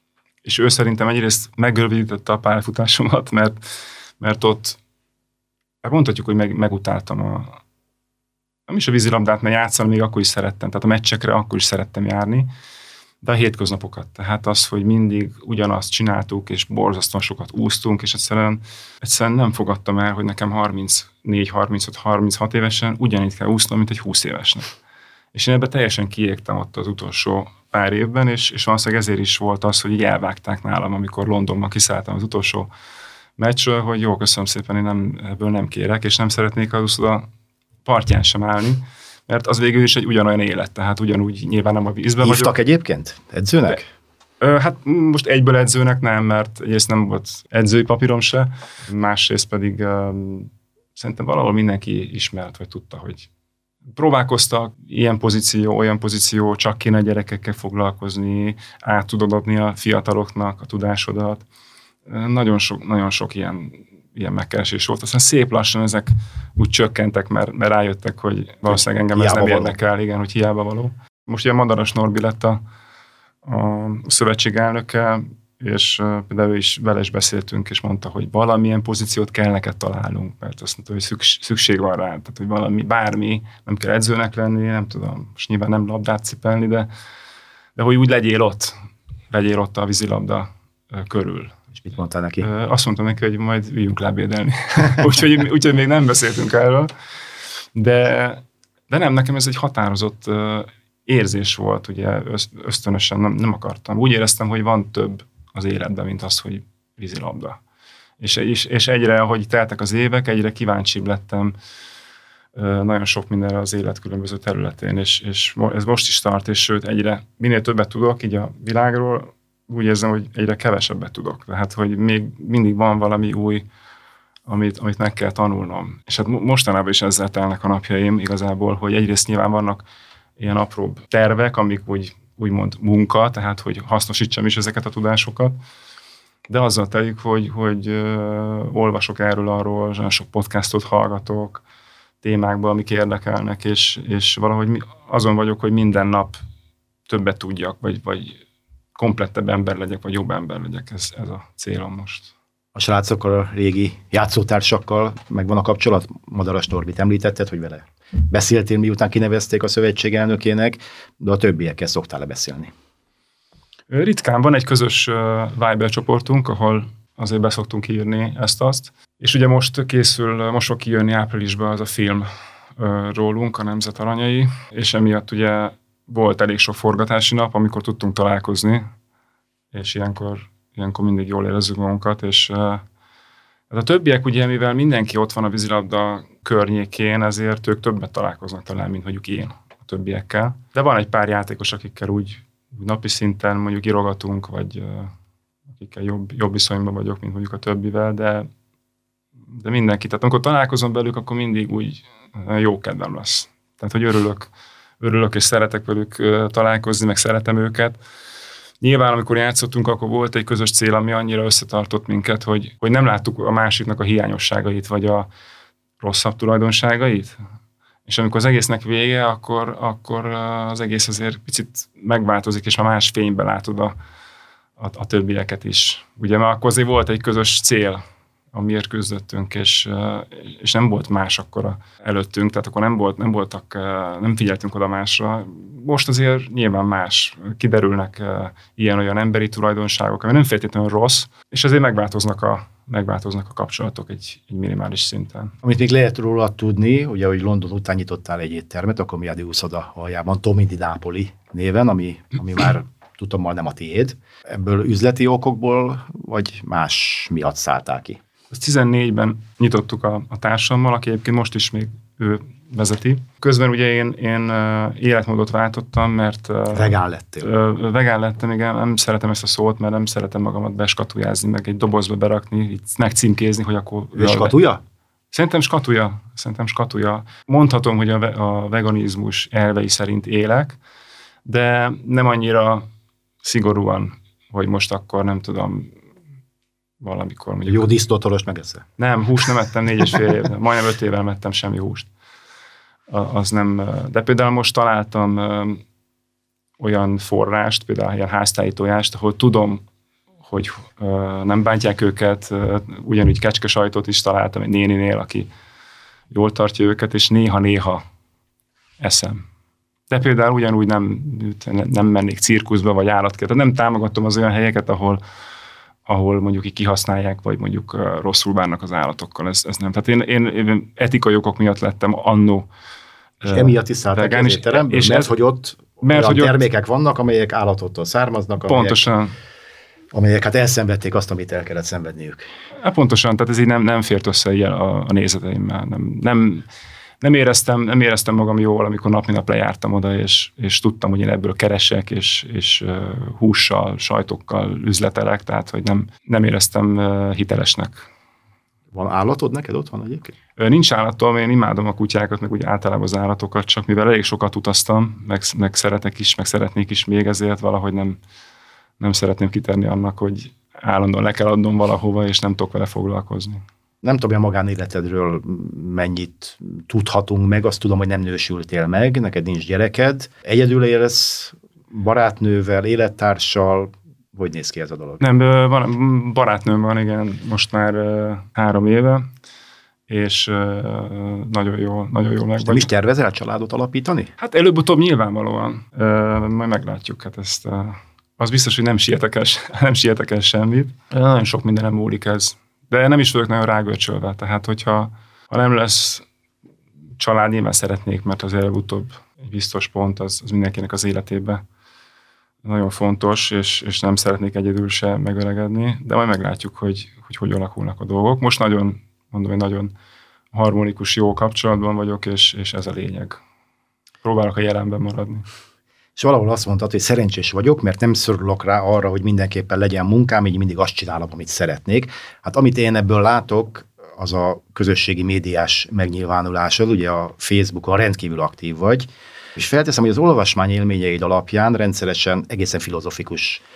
és ő szerintem egyrészt megrövidítette a pályafutásomat, mert, mert ott hát mondhatjuk, hogy meg, megutáltam a, nem is a vízilabdát, mert játszani még akkor is szerettem, tehát a meccsekre akkor is szerettem járni, de a hétköznapokat. Tehát az, hogy mindig ugyanazt csináltuk, és borzasztóan sokat úsztunk, és egyszerűen, egyszerűen nem fogadtam el, hogy nekem harmincnégy, harmincöt, harminchat évesen ugyanígy kell úsznom, mint egy húsz évesnek. És én ebben teljesen kiégtem ott az utolsó pár évben, és, és valószínűleg ezért is volt az, hogy így elvágták nálam, amikor Londonban kiszálltam az utolsó meccsről, hogy jó, köszönöm szépen, én nem, ebből nem kérek, és nem szeretnék az uszoda partján sem állni, mert az végül is egy ugyanolyan élet, tehát ugyanúgy nyilván nem a vízben vagyok. Hívtak egyébként edzőnek? De, hát most egyből edzőnek nem, mert egyrészt nem volt edzői papírom se, másrészt pedig um, szerintem valahol mindenki ismert, vagy tudta, hogy próbálkoztak, ilyen pozíció, olyan pozíció, csak kéne gyerekekkel foglalkozni, át tudod adni a fiataloknak a tudásodat. Nagyon sok, nagyon sok ilyen, ilyen megkeresés volt. Aztán szép lassan ezek úgy csökkentek, mert, mert rájöttek, hogy valószínűleg engem ez nem érdekel, igen, hogy hiába való. Most ugye Madaras Norbi lett a, a szövetség elnöke, és például ő is vele is beszéltünk, és mondta, hogy valamilyen pozíciót kell neked találnunk, mert azt mondta, hogy szükség van rá, tehát hogy valami, bármi, nem kell edzőnek lenni, nem tudom, most nyilván nem labdát cipelni, de, de hogy úgy legyél ott, legyél ott a vízilabda körül. És mit mondtál neki? Azt mondtam neki, hogy majd üljünk lábédelni. úgyhogy, úgyhogy még nem beszéltünk erről, de, de nem, nekem ez egy határozott érzés volt, ugye ösztönösen nem, nem akartam. Úgy éreztem, hogy van több az életben, mint az, hogy vízilabda. És, és, és egyre, ahogy teltek az évek, egyre kíváncsibb lettem nagyon sok mindenre az élet különböző területén, és, és ez most is tart, és sőt, egyre minél többet tudok így a világról, úgy érzem, hogy egyre kevesebbet tudok. Tehát, hogy még mindig van valami új, amit, amit meg kell tanulnom. És hát mostanában is ezzel telnek a napjaim igazából, hogy egyrészt nyilván vannak ilyen apróbb tervek, amik úgy, úgymond munka, tehát hogy hasznosítsam is ezeket a tudásokat, de azzal telik, hogy, hogy uh, olvasok erről arról, nagyon sok podcastot hallgatok, témákba, amik érdekelnek, és, és valahogy azon vagyok, hogy minden nap többet tudjak, vagy, vagy komplettebb ember legyek, vagy jobb ember legyek. Ez, ez a célom most. A srácokkal, a régi játszótársakkal megvan a kapcsolat? Madaras Norbit említetted, hogy vele beszéltél, miután kinevezték a szövetség elnökének, de a többiekkel szoktál-e beszélni? Ritkán van egy közös Viber csoportunk, ahol azért beszoktunk írni ezt-azt. És ugye most készül, most fog kijönni áprilisban az a film rólunk, a Nemzet Aranyai, és emiatt ugye volt elég sok forgatási nap, amikor tudtunk találkozni, és ilyenkor, ilyenkor mindig jól érezzük magunkat, és a többiek ugye, mivel mindenki ott van a vízilabda környékén, ezért ők többet találkoznak talán, mint mondjuk én a többiekkel. De van egy pár játékos, akikkel úgy, úgy napi szinten mondjuk írogatunk, vagy akikkel jobb, jobb viszonyban vagyok, mint mondjuk a többivel, de, de mindenki. Tehát amikor találkozom velük, akkor mindig úgy jó kedvem lesz. Tehát, hogy örülök, örülök és szeretek velük találkozni, meg szeretem őket. Nyilván, amikor játszottunk, akkor volt egy közös cél, ami annyira összetartott minket, hogy, hogy nem láttuk a másiknak a hiányosságait, vagy a rosszabb tulajdonságait. És amikor az egésznek vége, akkor, akkor az egész azért picit megváltozik, és a más fényben látod a, a, a többieket is. Ugye, mert akkor azért volt egy közös cél, amiért küzdöttünk, és, és nem volt más akkor előttünk, tehát akkor nem, volt, nem voltak, nem figyeltünk oda másra. Most azért nyilván más, kiderülnek ilyen-olyan emberi tulajdonságok, ami nem feltétlenül rossz, és azért megváltoznak a, megváltoznak a kapcsolatok egy, egy minimális szinten. Amit még lehet róla tudni, ugye, hogy London után nyitottál egy éttermet, akkor Miadi úszoda aljában, Tommy di Napoli néven, ami, ami már tudom, már nem a tiéd. Ebből üzleti okokból, vagy más miatt szálltál ki? Ezt tizennégyben nyitottuk a, a társammal, aki egyébként most is még ő vezeti. Közben ugye én, én uh, életmódot váltottam, mert... Uh, vegán lettél. Uh, vegán lettem, igen. Nem szeretem ezt a szót, mert nem szeretem magamat beskatujázni, meg egy dobozba berakni, megcímkézni, hogy akkor... És skatuja? Szerintem skatuja. Szerintem skatuja. Mondhatom, hogy a, ve- a veganizmus elvei szerint élek, de nem annyira szigorúan, hogy most akkor nem tudom... valamikor mondjuk... Jó disznótoros megeszel? Nem, húst nem ettem négy és fél év, majdnem öt éve ettem semmi húst. Az nem, de például most találtam olyan forrást, például ilyen háztáji tojást, ahol tudom, hogy nem bántják őket, ugyanúgy kecskesajtot is találtam egy néninél, aki jól tartja őket, és néha-néha eszem. De például ugyanúgy nem, nem mennék cirkuszba, vagy állatkert. Nem támogatom az olyan helyeket, ahol ahol mondjuk így kihasználják, vagy mondjuk uh, rosszul bánnak az állatokkal. Ez, ez nem. Tehát én, én, én etikai okok miatt lettem annó. És uh, emiatt is szálltak az étteremből, és mert ez, hogy ott mert, olyan hogy termékek ott, vannak, amelyek állatottól származnak, amelyek, pontosan. amelyek hát elszenvedték azt, amit el kellett szenvedniük. Hát pontosan, tehát ez így nem, nem fért össze ilyen a, a nézeteimmel. Nem, nem, nem, éreztem, nem éreztem magam jól, amikor nap mint nap lejártam oda, és, és tudtam, hogy én ebből keresek, és, és uh, hússal, sajtokkal üzletelek, tehát hogy nem, nem éreztem uh, hitelesnek. Van állatod neked otthon egyébként? Nincs állatom, én imádom a kutyákat, meg úgy általában az állatokat, csak mivel elég sokat utaztam, meg, meg szeretek is, meg szeretnék is még, ezért valahogy nem, nem szeretném kitenni annak, hogy állandóan le kell adnom valahova, és nem tudok vele foglalkozni. Nem tudom, a magánéletedről mennyit tudhatunk meg, azt tudom, hogy nem nősültél meg, neked nincs gyereked. Egyedül élsz, barátnővel, élettársal, hogy néz ki ez a dolog? Nem, van, barátnőm van, igen, most már uh, három éve, és uh, nagyon jól, nagyon jól meg. Nem is tervezel családot alapítani? Hát előbb-utóbb nyilvánvalóan. Uh, majd meglátjuk, hát ezt, uh, az biztos, hogy nem sietek el, nem sietek el semmit. Uh, nagyon sok mindenem múlik ez. De nem is vagyok nagyon rágörcsölve, tehát hogyha ha nem lesz család, nyilván szeretnék, mert az előbb-utóbb egy biztos pont, az, az mindenkinek az életében nagyon fontos, és, és nem szeretnék egyedül se megöregedni, de majd meglátjuk, hogy hogy, hogy alakulnak a dolgok. Most nagyon, mondom, hogy nagyon harmonikus, jó kapcsolatban vagyok, és, és ez a lényeg. Próbálok a jelenben maradni. És valahol azt mondtad, hogy szerencsés vagyok, mert nem szorulok rá arra, hogy mindenképpen legyen munkám, így mindig azt csinálom, amit szeretnék. Hát amit én ebből látok, az a közösségi médiás megnyilvánulásod, ugye a Facebookon rendkívül aktív vagy, és felteszem, hogy az olvasmány élményeid alapján rendszeresen egészen filozofikus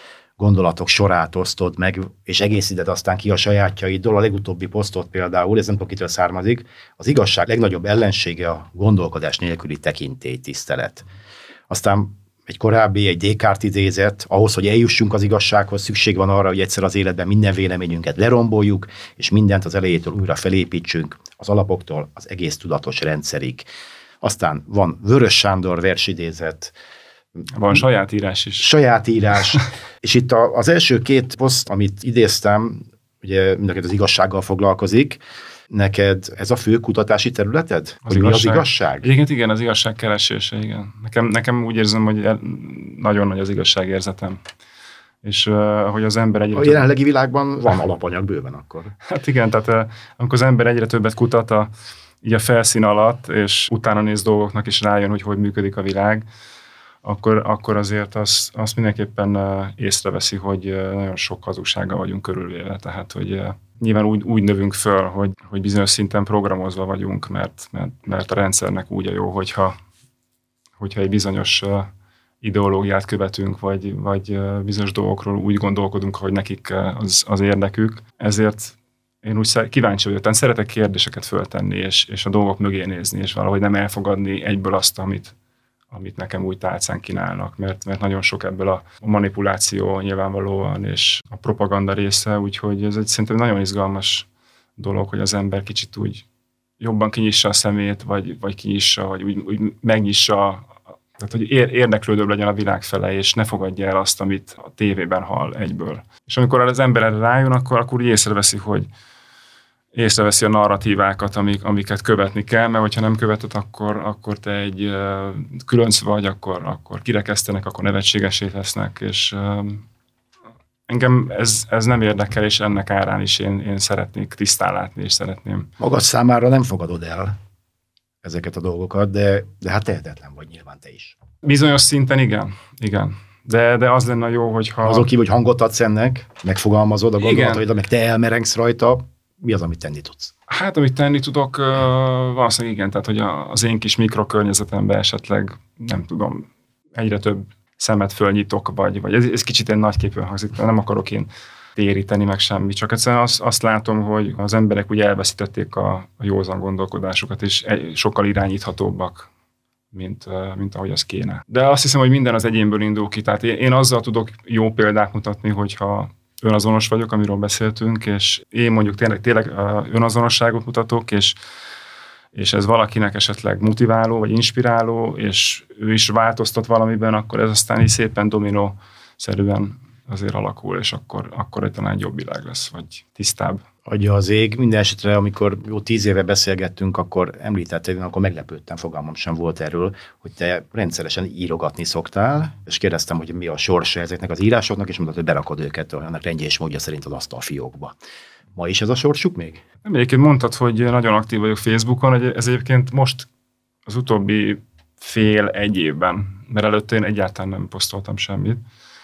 gondolatok sorát osztod meg, és egészíted aztán ki a sajátjaiddól. A legutóbbi posztot például, ez nem tudom, kitől származik, az igazság legnagyobb ellensége a gondolkodás nélküli tekintélytisztelet. Aztán egy korábbi, egy Descartes idézet, ahhoz, hogy eljussunk az igazsághoz, szükség van arra, hogy egyszer az életben minden véleményünket leromboljuk, és mindent az elejétől újra felépítsünk, az alapoktól az egész tudatos rendszerig. Aztán van Vörös Sándor versidézet, van saját írás is. Saját írás. És itt a, az első két poszt, amit idéztem, ugye mindenki az igazsággal foglalkozik, neked ez a fő kutatási területed? Az igazság. Mi az igazság? Igen, igen, az igazság keresése, igen. Nekem, nekem úgy érzem, hogy nagyon nagy az igazságérzetem. És uh, hogy az ember egyre... A jelenlegi világban van alapanyag bőven akkor. Hát igen, tehát uh, amikor az ember egyre többet kutat a, így a felszín alatt, és utána néz dolgoknak, és rájön, hogy hogy működik a világ, akkor, akkor azért azt, azt mindenképpen uh, észreveszi, hogy uh, nagyon sok hazugsággal vagyunk körülvéve. Tehát, hogy uh, nyilván úgy, úgy növünk föl, hogy, hogy bizonyos szinten programozva vagyunk, mert, mert, mert a rendszernek úgy a jó, hogyha, hogyha egy bizonyos uh, ideológiát követünk, vagy, vagy uh, bizonyos dolgokról úgy gondolkodunk, hogy nekik uh, az, az érdekük. Ezért én úgy kíváncsi vagyok, tehát szeretek kérdéseket föltenni, és, és a dolgok mögé nézni, és valahogy nem elfogadni egyből azt, amit, amit nekem úgy tálcán kínálnak, mert, mert nagyon sok ebből a manipuláció nyilvánvalóan, és a propaganda része, úgyhogy ez egy szerintem nagyon izgalmas dolog, hogy az ember kicsit úgy jobban kinyissa a szemét, vagy, vagy kinyissa, vagy úgy, úgy megnyissa, tehát hogy érdeklődőbb legyen a világ fele, és ne fogadja el azt, amit a tévében hall egyből. És amikor az ember erre rájön, akkor, akkor úgy észreveszi, hogy észreveszi a narratívákat, amik, amiket követni kell, mert hogyha nem követed, akkor, akkor te egy uh, különc vagy, akkor, akkor kirekesztenek, akkor nevetségesé tesznek, és uh, engem ez, ez nem érdekel, és ennek árán is én, én szeretnék tisztán látni, és szeretném. Magad számára nem fogadod el ezeket a dolgokat, de, de hát tehetetlen vagy nyilván te is. Bizonyos szinten igen, igen. De, de az lenne jó, hogyha... Azon kívül, hogy hangot adsz ennek, megfogalmazod a gondolataidat, meg te elmerengsz rajta, mi az, amit tenni tudsz? Hát, amit tenni tudok, valószínűleg igen, tehát, hogy az én kis mikrokörnyezetemben esetleg, nem tudom, egyre több szemet fölnyitok, vagy, vagy ez, ez kicsit egy nagyképűen hangzik, nem akarok én téríteni meg semmi, csak egyszerűen azt, azt látom, hogy az emberek úgy elveszítették a, a józan gondolkodásukat, és egy, sokkal irányíthatóbbak, mint, mint ahogy az kéne. De azt hiszem, hogy minden az egyénből indul ki, tehát én, én azzal tudok jó példát mutatni, hogyha önazonos vagyok, amiről beszéltünk, és én mondjuk tényleg, tényleg önazonosságot mutatok, és, és ez valakinek esetleg motiváló, vagy inspiráló, és ő is változtat valamiben, akkor ez aztán így szépen dominó-szerűen azért alakul, és akkor, akkor egy talán jobb világ lesz, vagy tisztább. Adja az ég. Minden esetre, amikor jó tíz éve beszélgettünk, akkor említetted, akkor meglepődtem, fogalmam sem volt erről, hogy te rendszeresen írogatni szoktál, és kérdeztem, hogy mi a sorsa ezeknek az írásoknak, és mondtad, hogy berakod őket annak rendje és módja szerint az asztalfiókba. Ma is ez a sorsuk még? Nem, egyébként mondtad, hogy nagyon aktív vagyok Facebookon, ez egyébként most az utóbbi fél egy évben, mert előtte én egyáltalán nem posztoltam semmit.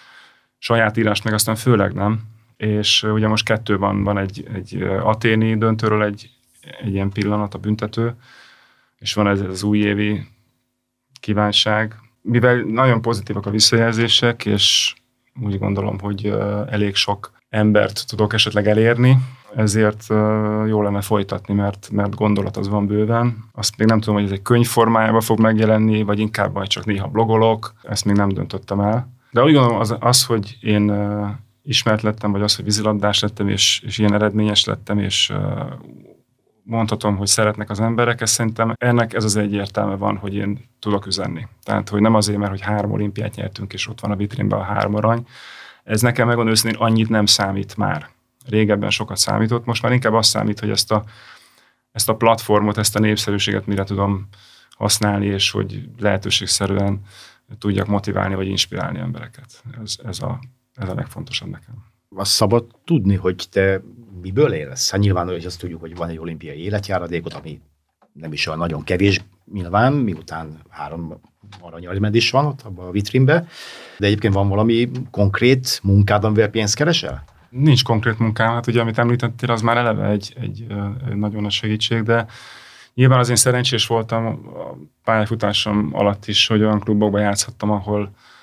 Saját írást meg aztán főleg nem. És ugye most kettő van, van egy, egy aténi döntőről egy, egy ilyen pillanat, a büntető, és van ez az újévi kívánság. Mivel nagyon pozitívak a visszajelzések, és úgy gondolom, hogy elég sok embert tudok esetleg elérni, ezért jó lenne folytatni, mert, mert gondolat az van bőven. Azt még nem tudom, hogy ez egy könyv formájában fog megjelenni, vagy inkább majd csak néha blogolok, ezt még nem döntöttem el. De úgy gondolom, az, az hogy én ismert lettem, vagy az, hogy vízilabdás lettem, és, és ilyen eredményes lettem, és uh, mondhatom, hogy szeretnek az emberek, ezt szerintem ennek ez az egyértelmű van, hogy én tudok üzenni. Tehát, hogy nem azért, mert hogy három olimpiát nyertünk, és ott van a vitrínben a három arany. Ez nekem megmondom őszintén, annyit nem számít már. Régebben sokat számított, most már inkább azt számít, hogy ezt a, ezt a platformot, ezt a népszerűséget mire tudom használni, és hogy lehetőségszerűen tudjak motiválni, vagy inspirálni embereket. Ez, ez a Ez a legfontosabb nekem. Azt szabad tudni, hogy te miből élsz? Hát nyilván, hogy azt tudjuk, hogy van egy olimpiai életjáradékot, ami nem is olyan nagyon kevés nyilván, miután három aranyérmed is van ott abban a vitrínben. De egyébként van valami konkrét munkád, amivel pénzt keresel? Nincs konkrét munkám, hát ugye amit említettél, az már eleve egy, egy, egy nagyon nagy segítség, de nyilván az én szerencsés voltam a pályafutásom alatt is, hogy olyan klubokban játszhattam, ahol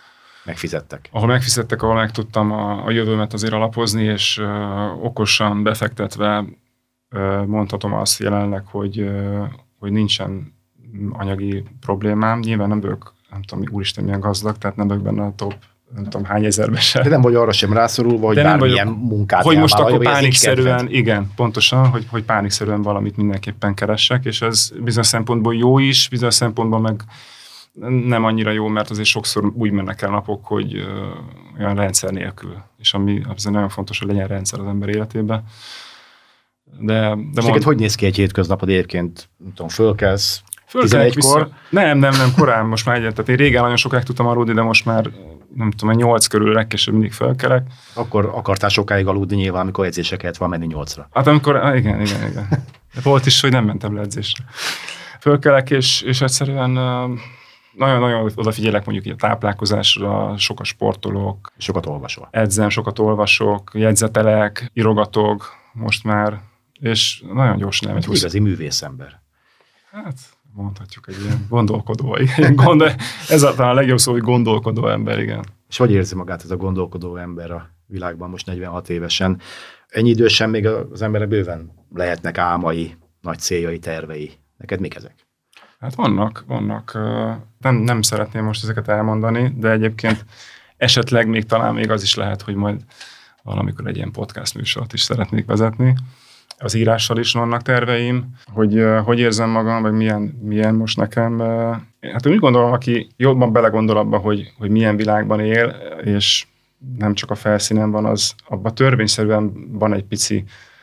Megfizettek. Ahol megfizettek, ahol meg tudtam a, a jövőmet azért alapozni, és uh, okosan befektetve uh, mondhatom azt jelenleg, hogy, uh, hogy nincsen anyagi problémám. Nyilván nem vagyok, nem tudom, úristen milyen gazdag, tehát nem vagyok benne a top, nem tudom hány ezerbe se. De nem vagy arra sem rászorulva, hogy bármilyen vagyok, munkát hogy most akkor hogy pánikszerűen, igen, pontosan, hogy, hogy pánikszerűen valamit mindenképpen keressek, és ez bizonyos szempontból jó is, bizonyos szempontból meg nem annyira jó, mert azért sokszor úgy mennek el napok, hogy uh, olyan rendszer nélkül, és ami azért nagyon fontos, hogy legyen rendszer az ember életében. De, de mond... hogy néz ki egy hétköznapod egyébként? Nem tudom, fölkelsz tizenegykor? Nem, nem, nem, korán most már egyet. Tehát én régen nagyon sokáig tudtam aludni, de most már nem tudom, nyolc körül legkésőbb mindig fölkelek. Akkor akartál sokáig aludni nyilván, amikor edzéseket van menni nyolcra. Hát amikor, igen, igen, igen. Volt is, hogy nem mentem le edzésre. Fölkelek, és, és egyszerűen nagyon-nagyon odafigyelek mondjuk a táplálkozásra, sokat sportolok. Sokat olvasol. Edzem, sokat olvasok, jegyzetelek, írogatok most már, és nagyon gyorsan elmegy. Igazi művészember. Hát mondhatjuk egy ilyen gondolkodó. Igen, gondol, ez a, talán a legjobb szó, hogy gondolkodó ember, igen. És hogy érzi magát ez a gondolkodó ember a világban most negyvenhat évesen? Ennyi idősen még az emberek bőven lehetnek álmai, nagy céljai, tervei. Neked mik ezek? Hát vannak, vannak. Nem, nem szeretném most ezeket elmondani, de egyébként esetleg még talán még az is lehet, hogy majd valamikor egy ilyen podcast műsort is szeretnék vezetni. Az írással is vannak terveim, hogy hogy érzem magam, vagy milyen, milyen most nekem. Hát úgy gondolom, aki jobban belegondol abba, hogy, hogy milyen világban él, és nem csak a felszínen van, az abban törvényszerűen van egy pici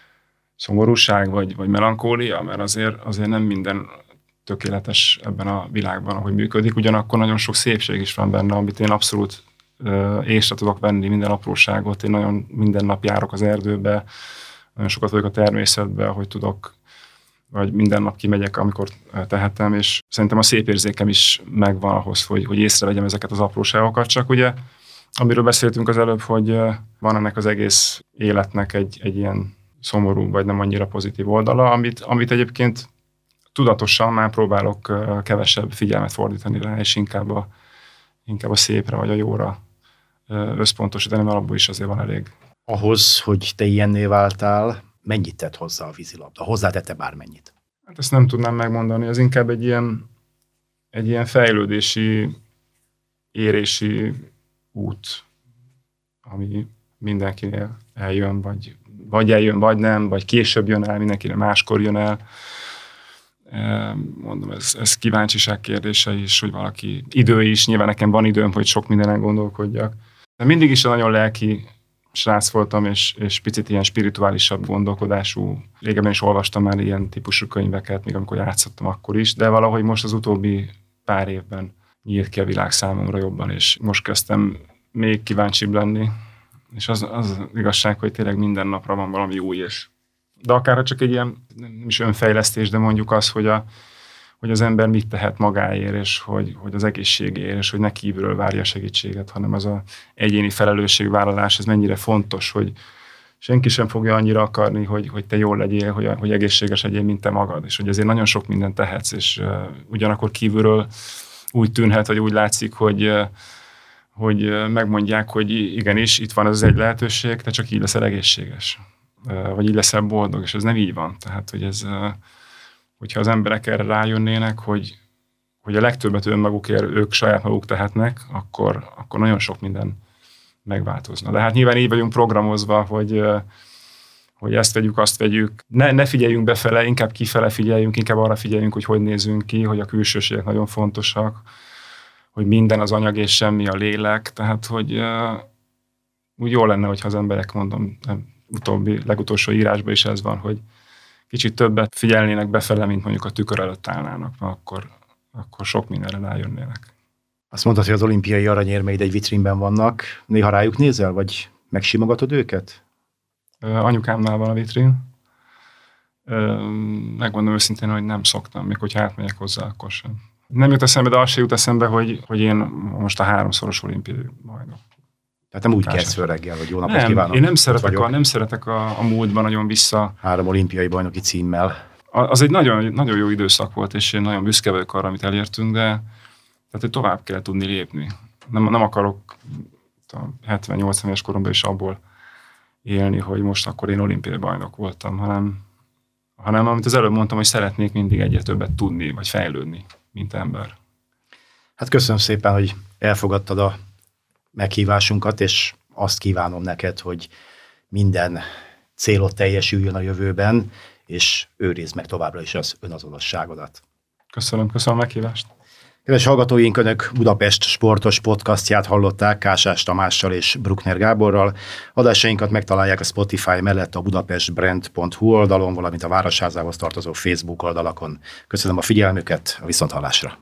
szomorúság, vagy, vagy melankólia, mert azért, azért nem minden tökéletes ebben a világban, ahogy működik. Ugyanakkor nagyon sok szépség is van benne, amit én abszolút uh, észre tudok venni, minden apróságot. Én nagyon minden nap járok az erdőbe, nagyon sokat vagyok a természetben, ahogy tudok, vagy minden nap kimegyek, amikor tehetem, és szerintem a szép érzékem is megvan ahhoz, hogy, hogy észrevegyem ezeket az apróságokat. Csak ugye, amiről beszéltünk az előbb, hogy van ennek az egész életnek egy, egy ilyen szomorú, vagy nem annyira pozitív oldala, amit, amit egyébként tudatosan már próbálok kevesebb figyelmet fordítani rá, és inkább a, inkább a szépre, vagy a jóra összpontosítani, mert abból is azért van elég. Ahhoz, hogy te ilyenné váltál, mennyit tett hozzá a vízilabda? Hozzátette bármennyit? Hát ezt nem tudnám megmondani, ez inkább egy ilyen, egy ilyen fejlődési, érési út, ami mindenkinél eljön, vagy, vagy eljön, vagy nem, vagy később jön el, mindenkinél máskor jön el. Mondom, ez, ez kíváncsiság kérdése is, hogy valaki idő is, nyilván nekem van időm, hogy sok mindenen gondolkodjak. De mindig is nagyon lelki srác voltam, és, és picit ilyen spirituálisabb gondolkodású. Régebben is olvastam már ilyen típusú könyveket, még amikor játszottam akkor is, de valahogy most az utóbbi pár évben nyílt ki a világ számomra jobban, és most kezdtem még kíváncsibb lenni. És az, az igazság, hogy tényleg minden napra van valami új, és de akár csak egy ilyen, nem is önfejlesztés, de mondjuk az, hogy, a, hogy az ember mit tehet magáért, és hogy, hogy az egészségért, és hogy ne kívülről várja a segítséget, hanem az a egyéni felelősségvállalás, ez mennyire fontos, hogy senki sem fogja annyira akarni, hogy, hogy te jól legyél, hogy, hogy egészséges legyél, mint te magad, és hogy azért nagyon sok mindent tehetsz, és uh, ugyanakkor kívülről úgy tűnhet, vagy úgy látszik, hogy, uh, hogy megmondják, hogy igenis, itt van az egy lehetőség, te csak így leszel egészséges. Vagy így leszel boldog, és ez nem így van. Tehát, hogy ez, hogyha az emberek erre rájönnének, hogy, hogy a legtöbbet önmagukért ők saját maguk tehetnek, akkor, akkor nagyon sok minden megváltozna. De hát nyilván így vagyunk programozva, hogy, hogy ezt vegyük, azt vegyük. Ne, ne figyeljünk befele, inkább kifele figyeljünk, inkább arra figyeljünk, hogy hogy nézünk ki, hogy a külsőségek nagyon fontosak, hogy minden az anyag és semmi a lélek. Tehát, hogy úgy jó lenne, hogyha az emberek, mondom, utóbbi, legutolsó írásban is ez van, hogy kicsit többet figyelnének befele, mint mondjuk a tükör előtt állnának, mert akkor, akkor sok mindenre rájönnének. Azt mondtad, hogy az olimpiai aranyérmeid egy vitrínben vannak. Néha rájuk nézel, vagy megsimogatod őket? Anyukámnál van a vitrín. Megmondom őszintén, hogy nem szoktam, még hogyha átmegyek hozzá, akkor sem. Nem jut eszembe, de az se jut eszembe, hogy, hogy én most a háromszoros olimpiai bajnok. Tehát nem úgy kezd föl reggel, hogy jó napot nem, kívánok. Én nem szeretek, a, nem szeretek a, a múltban nagyon vissza. Három olimpiai bajnoki címmel. Az egy nagyon, nagyon jó időszak volt, és én nagyon büszke vagyok arra, amit elértünk, de tehát, hogy tovább kell tudni lépni. Nem, nem akarok hetven-nyolcvan éves koromban is abból élni, hogy most akkor én olimpiai bajnok voltam, hanem, hanem amit az előbb mondtam, hogy szeretnék mindig egyre többet tudni, vagy fejlődni, mint ember. Hát köszönöm szépen, hogy elfogadtad a meghívásunkat, és azt kívánom neked, hogy minden célod teljesüljön a jövőben, és őrizd meg továbbra is az önazonosságodat. Köszönöm, köszönöm a meghívást. Kedves hallgatóink, Önök Budapest sportos podcastját hallották Kásás Tamással és Bruckner Gáborral. Adásainkat megtalálják a Spotify mellett a budapestbrand pont hu oldalon, valamint a Városházához tartozó Facebook oldalakon. Köszönöm a figyelmüket, a viszonthallásra!